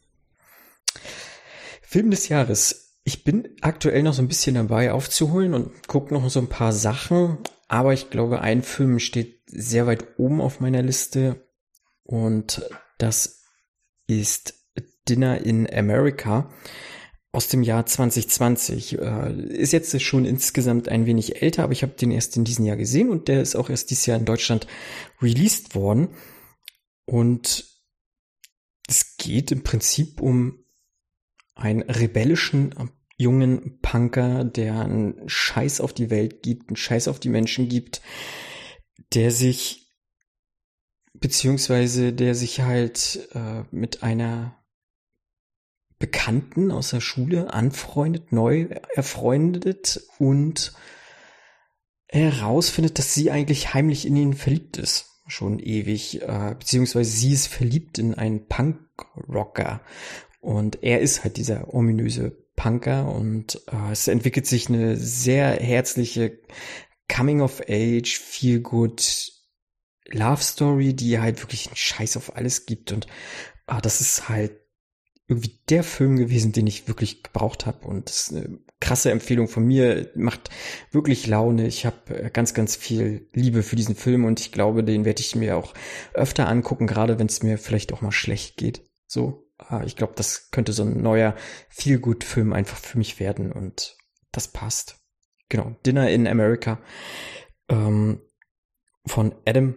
Film des Jahres. Ich bin aktuell noch so ein bisschen dabei aufzuholen und gucke noch so ein paar Sachen, aber ich glaube, ein Film steht sehr weit oben auf meiner Liste und das ist Dinner in America aus dem Jahr zwanzig zwanzig. Äh, ist jetzt schon insgesamt ein wenig älter, aber ich habe den erst in diesem Jahr gesehen und der ist auch erst dieses Jahr in Deutschland released worden. Und es geht im Prinzip um einen rebellischen jungen Punker, der einen Scheiß auf die Welt gibt, einen Scheiß auf die Menschen gibt, der sich beziehungsweise der sich halt äh, mit einer Bekannten aus der Schule anfreundet, neu erfreundet und herausfindet, dass sie eigentlich heimlich in ihn verliebt ist. Schon ewig, äh, beziehungsweise sie ist verliebt in einen Punkrocker und er ist halt dieser ominöse Punker und äh, es entwickelt sich eine sehr herzliche Coming-of-Age, feel-good Love-Story, die halt wirklich einen Scheiß auf alles gibt und äh, das ist halt irgendwie der Film gewesen, den ich wirklich gebraucht habe und das ist eine krasse Empfehlung von mir, macht wirklich Laune. Ich habe ganz, ganz viel Liebe für diesen Film und ich glaube, den werde ich mir auch öfter angucken, gerade wenn es mir vielleicht auch mal schlecht geht. So, ich glaube, das könnte so ein neuer Feel-Good-Film einfach für mich werden und das passt. Genau, Dinner in America ähm, von Adam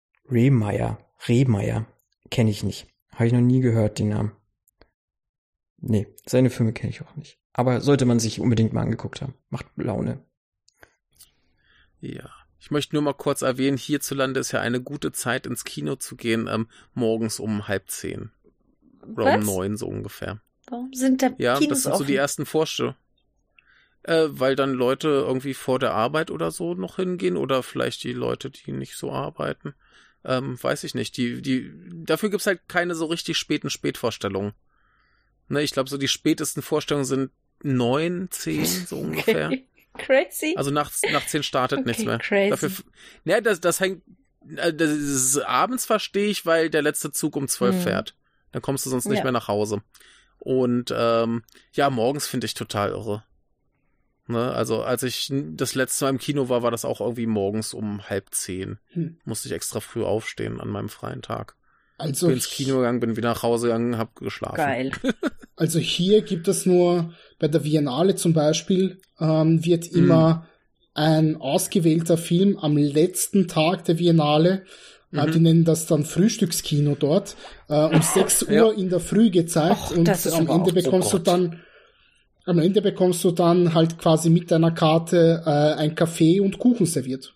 Rehmeyer. Rehmeyer kenne ich nicht. Habe ich noch nie gehört, den Namen. Nee, seine Filme kenne ich auch nicht. Aber sollte man sich unbedingt mal angeguckt haben. Macht Laune. Ja. Ich möchte nur mal kurz erwähnen, hierzulande ist ja eine gute Zeit, ins Kino zu gehen, ähm, morgens um halb zehn. Oder Was? um neun so ungefähr. Warum sind da Ja, Kinos das sind offen? so die ersten Vorstellungen. Äh, weil dann Leute irgendwie vor der Arbeit oder so noch hingehen oder vielleicht die Leute, die nicht so arbeiten. Ähm, weiß ich nicht. Die, die, dafür gibt's halt keine so richtig späten Spätvorstellungen. Ne, ich glaube, so die spätesten Vorstellungen sind neun, zehn, so ungefähr. Okay. Crazy. Also nach, nach zehn startet Okay, nichts mehr. crazy. Dafür, ne, das, das hängt, äh, das ist, abends verstehe ich, weil der letzte Zug um zwölf Mhm. fährt. Dann kommst du sonst nicht Ja. mehr nach Hause. Und ähm, ja, morgens finde ich total irre. Ne, also als ich das letzte Mal im Kino war, war das auch irgendwie morgens um halb zehn. Hm. Musste ich extra früh aufstehen an meinem freien Tag. Also, Bin ins Kino gegangen, bin wieder nach Hause gegangen, hab geschlafen. Geil. also hier gibt es nur, bei der Biennale zum Beispiel, ähm, wird immer ein ausgewählter Film am letzten Tag der Biennale, äh, Mhm. die nennen das dann Frühstückskino dort, äh, um sechs Uhr Ja. in der Früh gezeigt. Och, und das ist am aber Ende auch- bekommst oh du Gott. dann am Ende bekommst du dann halt quasi mit deiner Karte äh, ein Kaffee und Kuchen serviert.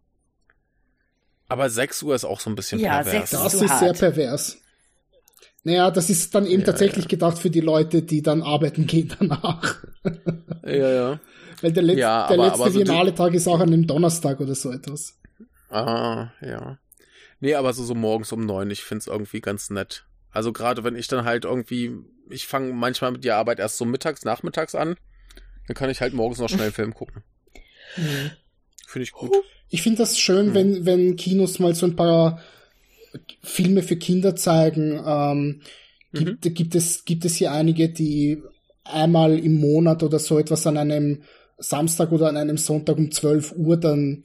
Aber sechs Uhr ist auch so ein bisschen Ja, pervers. sechs Uhr. Das so ist hart. sehr pervers. Naja, das ist dann eben Ja, tatsächlich ja. gedacht für die Leute, die dann arbeiten gehen danach. Ja, ja. Weil der, letz Ja, der aber- letzte aber so die- Biennale-Tag ist auch an einem Donnerstag oder so etwas. Ah, ja. Nee, aber so, so morgens um neun, ich find's irgendwie ganz nett. Also gerade wenn ich dann halt irgendwie, ich fange manchmal mit der Arbeit erst so mittags, nachmittags an, dann kann ich halt morgens noch schnell einen Film gucken. Finde ich gut. Ich finde das schön, Mhm. wenn, wenn Kinos mal so ein paar Filme für Kinder zeigen. Ähm, gibt, gibt es, gibt es hier einige, die einmal im Monat oder so etwas an einem Samstag oder an einem Sonntag um zwölf Uhr dann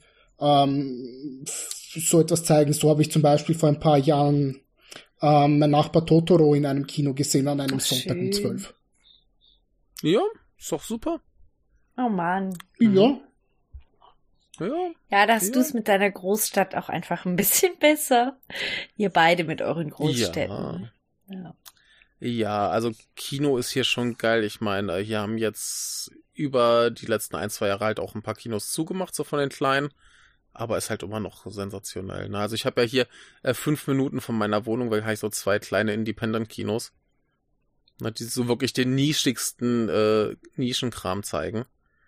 ähm, f- so etwas zeigen. So habe ich zum Beispiel vor ein paar Jahren ähm, mein Nachbar Totoro in einem Kino gesehen an einem Ach, Sonntag um schön. zwölf. Ja, ist doch super. Oh Mann. Ja, Ja, Ja, da hast Ja. du es mit deiner Großstadt auch einfach ein bisschen besser. Ihr beide mit euren Großstädten. Ja. ja, also Kino ist hier schon geil. Ich meine, hier haben jetzt über die letzten ein, zwei Jahre halt auch ein paar Kinos zugemacht, so von den kleinen. Aber ist halt immer noch sensationell. Ne? Also ich habe ja hier äh, fünf Minuten von meiner Wohnung, weil habe ich so zwei kleine Independent-Kinos, ne, die so wirklich den nischigsten äh, Nischenkram zeigen.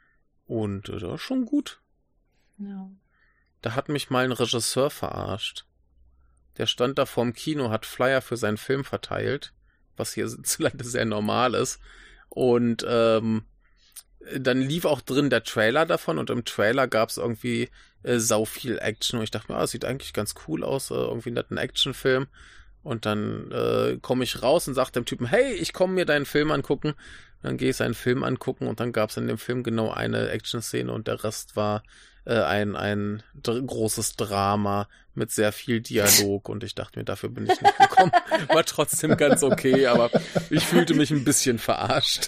Und äh, das ist schon gut. Ja. Da hat mich mal ein Regisseur verarscht. Der stand da vorm Kino, hat Flyer für seinen Film verteilt, was hier hierzulande sehr normal ist. Und ähm, dann lief auch drin der Trailer davon und im Trailer gab es irgendwie äh, sau viel Action. Und ich dachte mir, ah, das sieht eigentlich ganz cool aus, äh, irgendwie ein netten Actionfilm. Und dann äh, komme ich raus und sage dem Typen, hey, ich komme mir deinen Film angucken. Und dann gehe ich seinen Film angucken und dann gab es in dem Film genau eine Action-Szene und der Rest war äh, ein, ein dr- großes Drama mit sehr viel Dialog und ich dachte mir, dafür bin ich nicht gekommen. War trotzdem ganz okay, aber ich fühlte mich ein bisschen verarscht.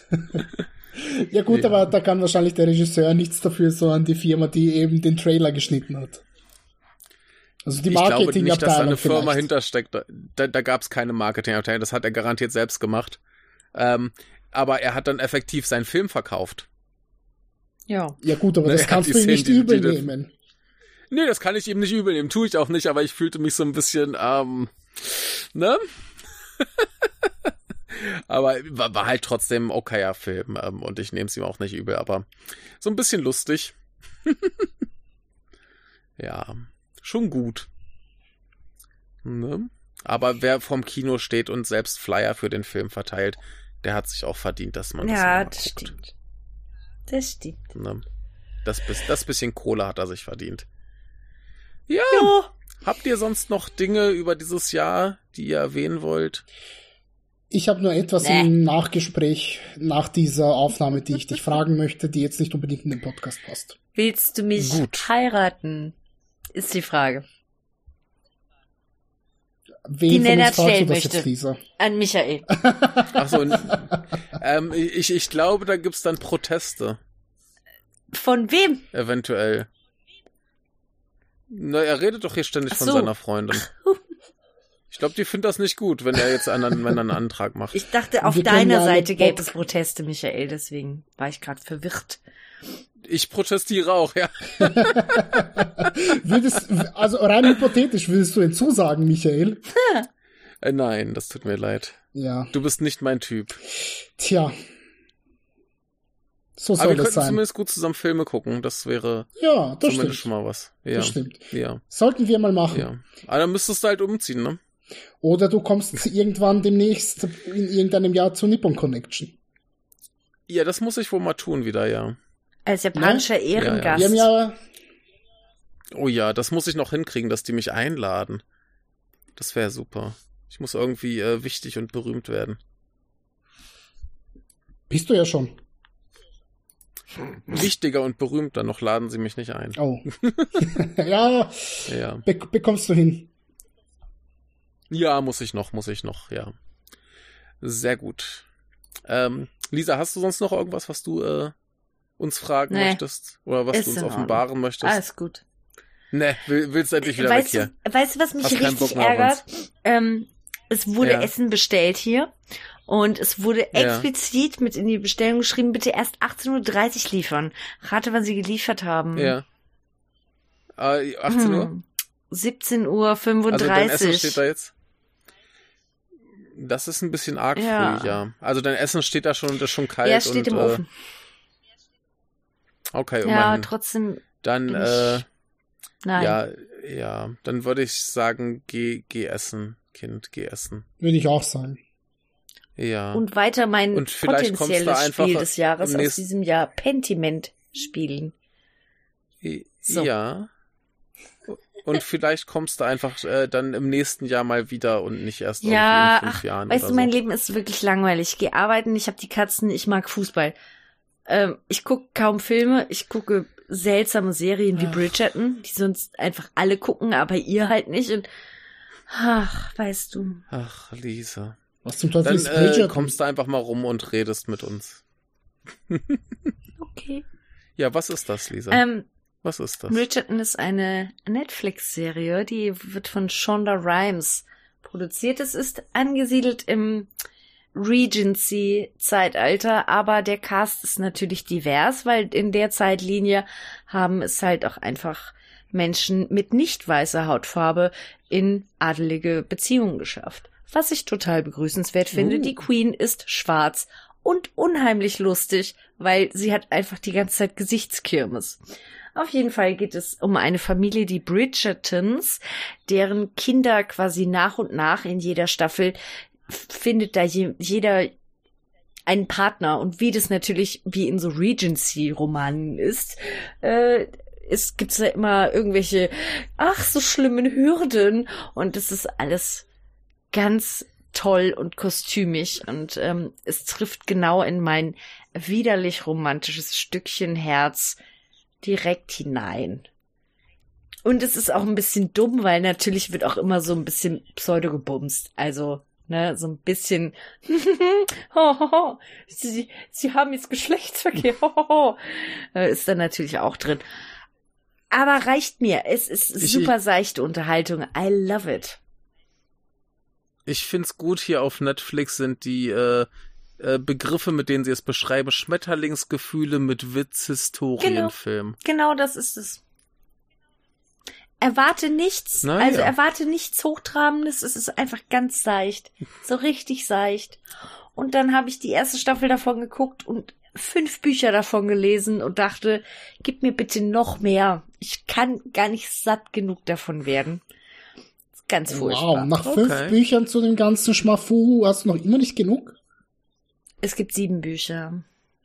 ja gut, Ja. aber da kann wahrscheinlich der Regisseur nichts dafür, sondern die Firma, die eben den Trailer geschnitten hat. Also die Ich glaube nicht, dass da Marketingabteilung eine Firma vielleicht. hintersteckt. Da, da, da gab es keine Marketingabteilung, das hat er garantiert selbst gemacht. Ähm, aber er hat dann effektiv seinen Film verkauft. Ja. Ja gut, aber Ne, das er hat kannst die du ihm Szenen, nicht die- übel die- nehmen. Nee, das kann ich ihm nicht übel nehmen, tue ich auch nicht, aber ich fühlte mich so ein bisschen, ähm, ne? aber war, war halt trotzdem ein okayer Film ähm, und ich nehme es ihm auch nicht übel, aber so ein bisschen lustig. Ja, schon gut. Ne? Aber wer vorm Kino steht und selbst Flyer für den Film verteilt, der hat sich auch verdient, dass man das Ja, mal das guckt. stimmt. Das stimmt. Ne? Das, bis- das bisschen Kohle hat er sich verdient. Ja, Ja. habt ihr sonst noch Dinge über dieses Jahr, die ihr erwähnen wollt? Ich habe nur etwas Nee. im Nachgespräch nach dieser Aufnahme, die ich dich fragen möchte, die jetzt nicht unbedingt in den Podcast passt. Willst du mich Gut. heiraten? Ist die Frage. Wen Die von Nennert uns fragst du stellen das möchte. jetzt, Lisa? An Michael. Ach so, n- ähm, ich, ich glaube, da gibt's dann Proteste, Von wem? eventuell. Na, er redet doch hier ständig Ach von so. seiner Freundin. Ich glaube, die findet das nicht gut, wenn er jetzt einen, wenn er einen Antrag macht. Ich dachte, auf Wir können deiner ja eine Seite gäbe Pod- es Proteste, Michael, deswegen war ich gerade verwirrt. Ich protestiere auch, ja. Würdest, also rein hypothetisch, würdest du hinzusagen, Michael? Äh, nein, das tut mir leid. Ja. Du bist nicht mein Typ. Tja. So Aber soll wir es könnten sein. zumindest gut zusammen Filme gucken. Das wäre Ja, das zumindest stimmt. schon mal was. Ja. Das stimmt. Ja, Sollten wir mal machen. ja. Aber dann müsstest du halt umziehen, ne? Oder du kommst irgendwann demnächst in irgendeinem Jahr zur Nippon Connection. Ja, das muss ich wohl mal tun wieder, ja. Als japanischer Ja, Ehrengast. Wir haben ja, Oh ja, das muss ich noch hinkriegen, dass die mich einladen. Das wäre super. Ich muss irgendwie äh, wichtig und berühmt werden. bist du ja schon. Wichtiger und berühmter, noch laden sie mich nicht ein. Oh. ja, Ja. be bekommst du hin. Ja, muss ich noch, muss ich noch, ja. Sehr gut. Ähm, Lisa, hast du sonst noch irgendwas, was du äh, uns fragen Nee. möchtest? Oder was Ist du uns in Ordnung. offenbaren möchtest? Alles gut. Nee, will, willst du endlich wieder Weißt weg du, hier? weißt du, was mich Hast keinen richtig Bock mehr auf ärgert? Ähm, es wurde Ja. Essen bestellt hier und es wurde Ja. explizit mit in die Bestellung geschrieben, bitte erst achtzehn Uhr dreißig liefern. Rate, wann sie geliefert haben. Ja. Äh, achtzehn Uhr? Hm. siebzehn Uhr Also dein Essen fünfunddreißig. steht da jetzt? Das ist ein bisschen arg Ja. früh, ja. Also dein Essen steht da schon und ist schon kalt. Ja, es steht und, im äh, Ofen. Okay, Ja, immerhin. trotzdem. Dann, bin äh, ich- Nein. ja, ja, dann würde ich sagen, geh, geh essen, Kind, geh essen. Würde ich auch sagen. Ja. Und weiter mein Und vielleicht kommst du potenzielles einfach Spiel des Jahres im aus nächsten- diesem Jahr, Pentiment spielen. So. Ja. Und vielleicht kommst du einfach äh, dann im nächsten Jahr mal wieder und nicht erst Ja, irgendwie in fünf ach, Jahren weißt oder du, mein so. Leben ist wirklich langweilig. Ich gehe arbeiten, ich habe die Katzen, ich mag Fußball. Ähm, ich gucke kaum Filme, ich gucke seltsame Serien wie Ach. Bridgerton, die sonst einfach alle gucken, aber ihr halt nicht. Und ach, weißt du. Ach, Lisa. Was zum Teufel Dann ist äh, Bridgerton? kommst du einfach mal rum und redest mit uns. Okay. Ja, was ist das, Lisa? Ähm, was ist das? Bridgerton ist eine Netflix-Serie, die wird von Shonda Rhimes produziert. Es ist angesiedelt im Regency-Zeitalter, aber der Cast ist natürlich divers, weil in der Zeitlinie haben es halt auch einfach Menschen mit nicht weißer Hautfarbe in adelige Beziehungen geschafft. Was ich total begrüßenswert finde. Oh. Die Queen ist schwarz und unheimlich lustig, weil sie hat einfach die ganze Zeit Gesichtskirmes. Auf jeden Fall geht es um eine Familie, die Bridgertons, deren Kinder quasi nach und nach in jeder Staffel findet da je, jeder einen Partner. Und wie das natürlich wie in so Regency-Romanen ist, äh, es gibt ja immer irgendwelche, ach, so schlimmen Hürden. Und das ist alles ganz toll und kostümig. Und ähm, es trifft genau in mein widerlich romantisches Stückchen Herz direkt hinein. Und es ist auch ein bisschen dumm, weil natürlich wird auch immer so ein bisschen pseudo gebumst. Also, ne, so ein bisschen ho, ho, ho. Sie, sie haben jetzt Geschlechtsverkehr. Ho, ho, ho. Äh, ist dann natürlich auch drin. Aber reicht mir. Es ist Ich- super seichte Unterhaltung. I love it. Ich find's gut, hier auf Netflix sind die äh, äh, Begriffe, mit denen sie es beschreiben, Schmetterlingsgefühle mit Witz, Historienfilm. Genau das ist es. Erwarte nichts, Na also ja. erwarte nichts Hochtrabendes, es ist einfach ganz seicht, so richtig seicht. Und dann habe ich die erste Staffel davon geguckt und fünf Bücher davon gelesen und dachte, gib mir bitte noch mehr. Ich kann gar nicht satt genug davon werden. Ganz furchtbar. Wow, nach Okay. fünf Büchern zu dem ganzen Schmafu hast du noch immer nicht genug? Es gibt sieben Bücher.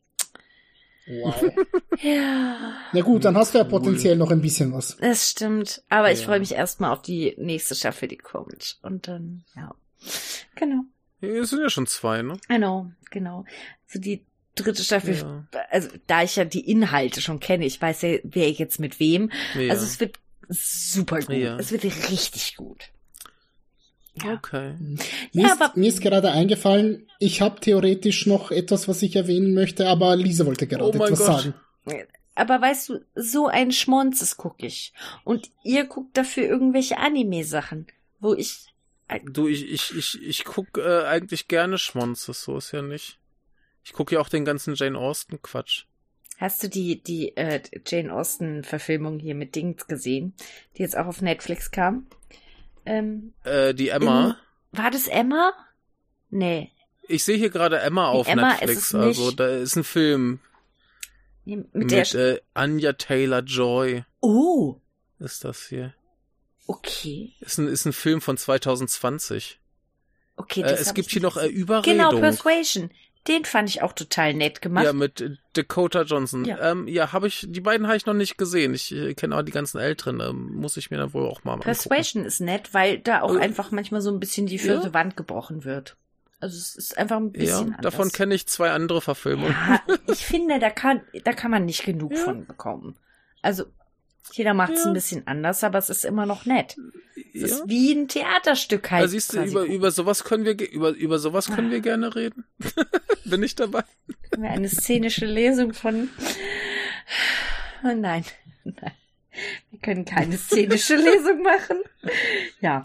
Wow. Ja, Na gut, dann hast du ja potenziell noch ein bisschen was. das stimmt. Aber ich Ja. freue mich erstmal auf die nächste Staffel, die kommt. Und dann, ja. Genau. Es sind ja schon zwei, ne? Genau, genau. Also die dritte Staffel, Ja. also da ich ja die Inhalte schon kenne, ich weiß ja, wer jetzt mit wem. Ja. Also es wird super gut. Ja. Es wird richtig gut. Ja. Okay. Mir, Ja, ist, aber- mir ist gerade eingefallen, ich habe theoretisch noch etwas, was ich erwähnen möchte, aber Lisa wollte gerade Oh mein etwas Gott. sagen. Aber weißt du, so ein Schmonzes gucke ich. Und ihr guckt dafür irgendwelche Anime-Sachen, wo ich Du, ich, ich, ich, ich guck äh, eigentlich gerne Schmonzes, so ist ja nicht. Ich gucke ja auch den ganzen Jane Austen-Quatsch. Hast du die, die äh, Jane Austen-Verfilmung hier mit Dings gesehen, die jetzt auch auf Netflix kam? Ähm, äh, die Emma. In, war das Emma? Nee. Ich sehe hier gerade Emma auf Emma Netflix, also da ist ein Film nee, mit, mit der äh, Anya Taylor-Joy. Oh. Ist das hier. Okay. Ist ein, ist ein Film von zwanzig zwanzig. Okay, äh, das es gibt hier nicht noch äh, Überredung. Genau, Persuasion. Den fand ich auch total nett gemacht. Ja, mit äh, Dakota Johnson. Ja, ähm, ja habe ich, die beiden habe ich noch nicht gesehen. Ich äh, kenne auch die ganzen Älteren, ähm, muss ich mir dann wohl auch mal angucken. Persuasion ist nett, weil da auch äh, einfach manchmal so ein bisschen die vierte ja. Wand gebrochen wird. Also es ist einfach ein bisschen Ja, anders. davon kenne ich zwei andere Verfilmungen. Ja, ich finde, da kann, da kann man nicht genug Ja. von bekommen. Also jeder macht es Ja. ein bisschen anders, aber es ist immer noch nett. Es Ja. ist wie ein Theaterstück halt. Also siehst du, quasi über, gucken. über sowas können wir ge- über, über sowas können wir gerne reden. Bin ich dabei? Können wir eine szenische Lesung von... Oh nein, nein. Wir können keine szenische Lesung machen. Ja.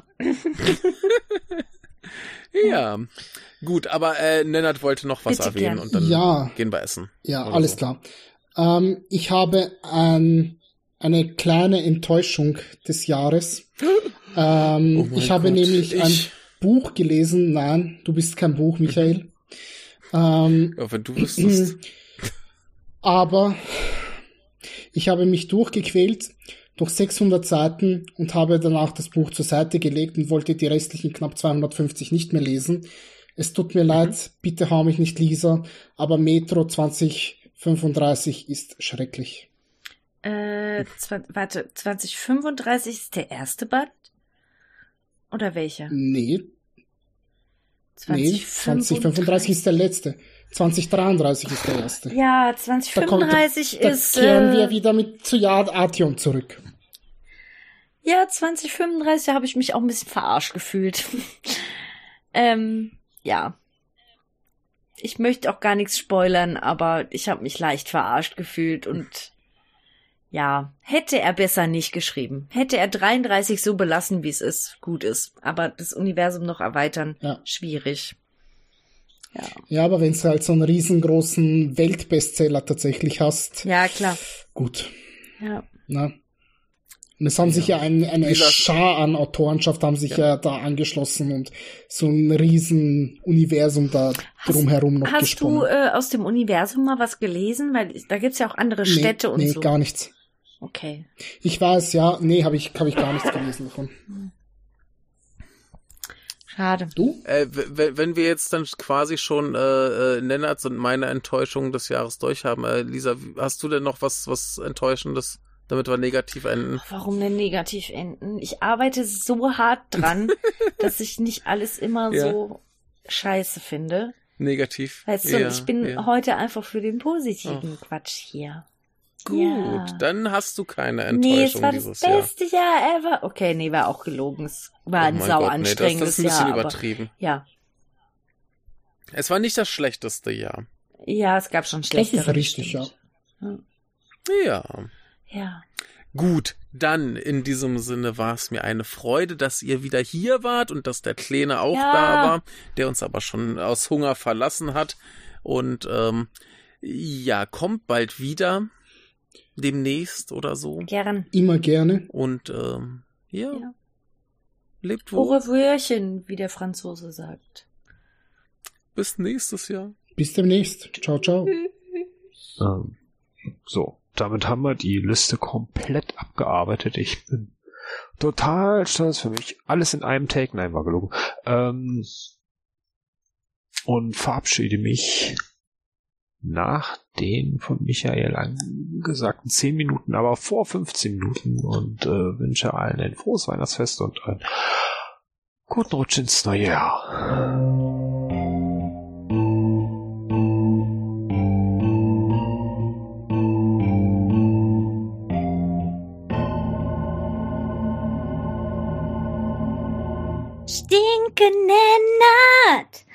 Ja. Gut, aber äh, Nennert wollte noch was Bitte erwähnen gern. und dann Ja. gehen wir essen. Ja, Oder alles so. klar. Ähm, ich habe ein, eine kleine Enttäuschung des Jahres. Ähm, Oh mein ich habe Gott, nämlich ich- ein Buch gelesen. Nein, du bist kein Buch, Michael. ähm, Ja, wenn du wüsstest. aber ich habe mich durchgequält durch sechshundert Seiten und habe danach das Buch zur Seite gelegt und wollte die restlichen knapp zweihundertfünfzig nicht mehr lesen. Es tut mir leid, bitte hau mich nicht, Lisa, aber Metro zwanzig fünfunddreißig ist schrecklich. Äh, zwa- warte, zwanzig fünfunddreißig ist der erste Band? Oder welcher? Nee, nee, zwanzig fünfunddreißig ist der letzte. zwanzig dreiunddreißig ist der erste. Ja, zwanzig fünfunddreißig da, ist... Da kehren äh, wir wieder mit zu Yad Artyom zurück. Ja, zwanzig fünfunddreißig, da habe ich mich auch ein bisschen verarscht gefühlt. ähm, ja. Ich möchte auch gar nichts spoilern, aber ich habe mich leicht verarscht gefühlt und ja, hätte er besser nicht geschrieben. Hätte er dreiunddreißig so belassen, wie es ist, gut ist. Aber das Universum noch erweitern, Ja. schwierig. Ja. Ja, aber wenn du halt so einen riesengroßen Weltbestseller tatsächlich hast, Ja, klar. gut. Ja. Na. Und es haben sich ja ein, eine Wie das- Schar an Autorenschaft haben sich ja. da angeschlossen und so ein riesen Universum da drumherum noch Hast gesponnen. du äh, aus dem Universum mal was gelesen? Weil da gibt's ja auch andere nee, Städte und nee, so. gar nichts. Okay. Ich weiß, ja, nee, habe ich, hab ich gar nichts gelesen davon. Schade. Du? Äh, w- w- wenn wir jetzt dann quasi schon äh, äh, Nennerts und meine Enttäuschung des Jahres durchhaben, äh, Lisa, hast du denn noch was, was Enttäuschendes, damit wir negativ enden? Warum denn negativ enden? Ich arbeite so hart dran, dass ich nicht alles immer Ja. so scheiße finde. Negativ. Weißt du, Ja, ich bin ja. heute einfach für den positiven Quatsch hier. Gut, Ja. dann hast du keine Nee, es Enttäuschung war das dieses Jahr. beste Jahr ever. Okay, nee, war auch gelogen. Es war Oh ein mein sau Gott, nee, das, anstrengendes das ist ein bisschen Jahr. Aber, übertrieben. ja. Es war nicht das schlechteste Jahr. Ja, es gab schon Das schlechtere. ist richtig, ja. stimmt. Ja. Ja. Gut, dann in diesem Sinne war es mir eine Freude, dass ihr wieder hier wart und dass der Kleine auch Ja. da war, der uns aber schon aus Hunger verlassen hat. Und ähm, ja, kommt bald wieder, demnächst oder so. Gern. Immer gerne. Und ähm, ja, Ja. lebt Au wohl. revoirchen, wie der Franzose sagt. Bis nächstes Jahr. Bis demnächst. Ciao, ciao. Ähm, so, damit haben wir die Liste komplett abgearbeitet. Ich bin total stolz für mich. Alles in einem Take. Nein, war gelogen. Ähm, und verabschiede mich nach den von Michael angesagten zehn Minuten, aber vor fünfzehn Minuten und äh, wünsche allen ein frohes Weihnachtsfest und einen guten Rutsch ins neue Jahr. Stinken Nennert!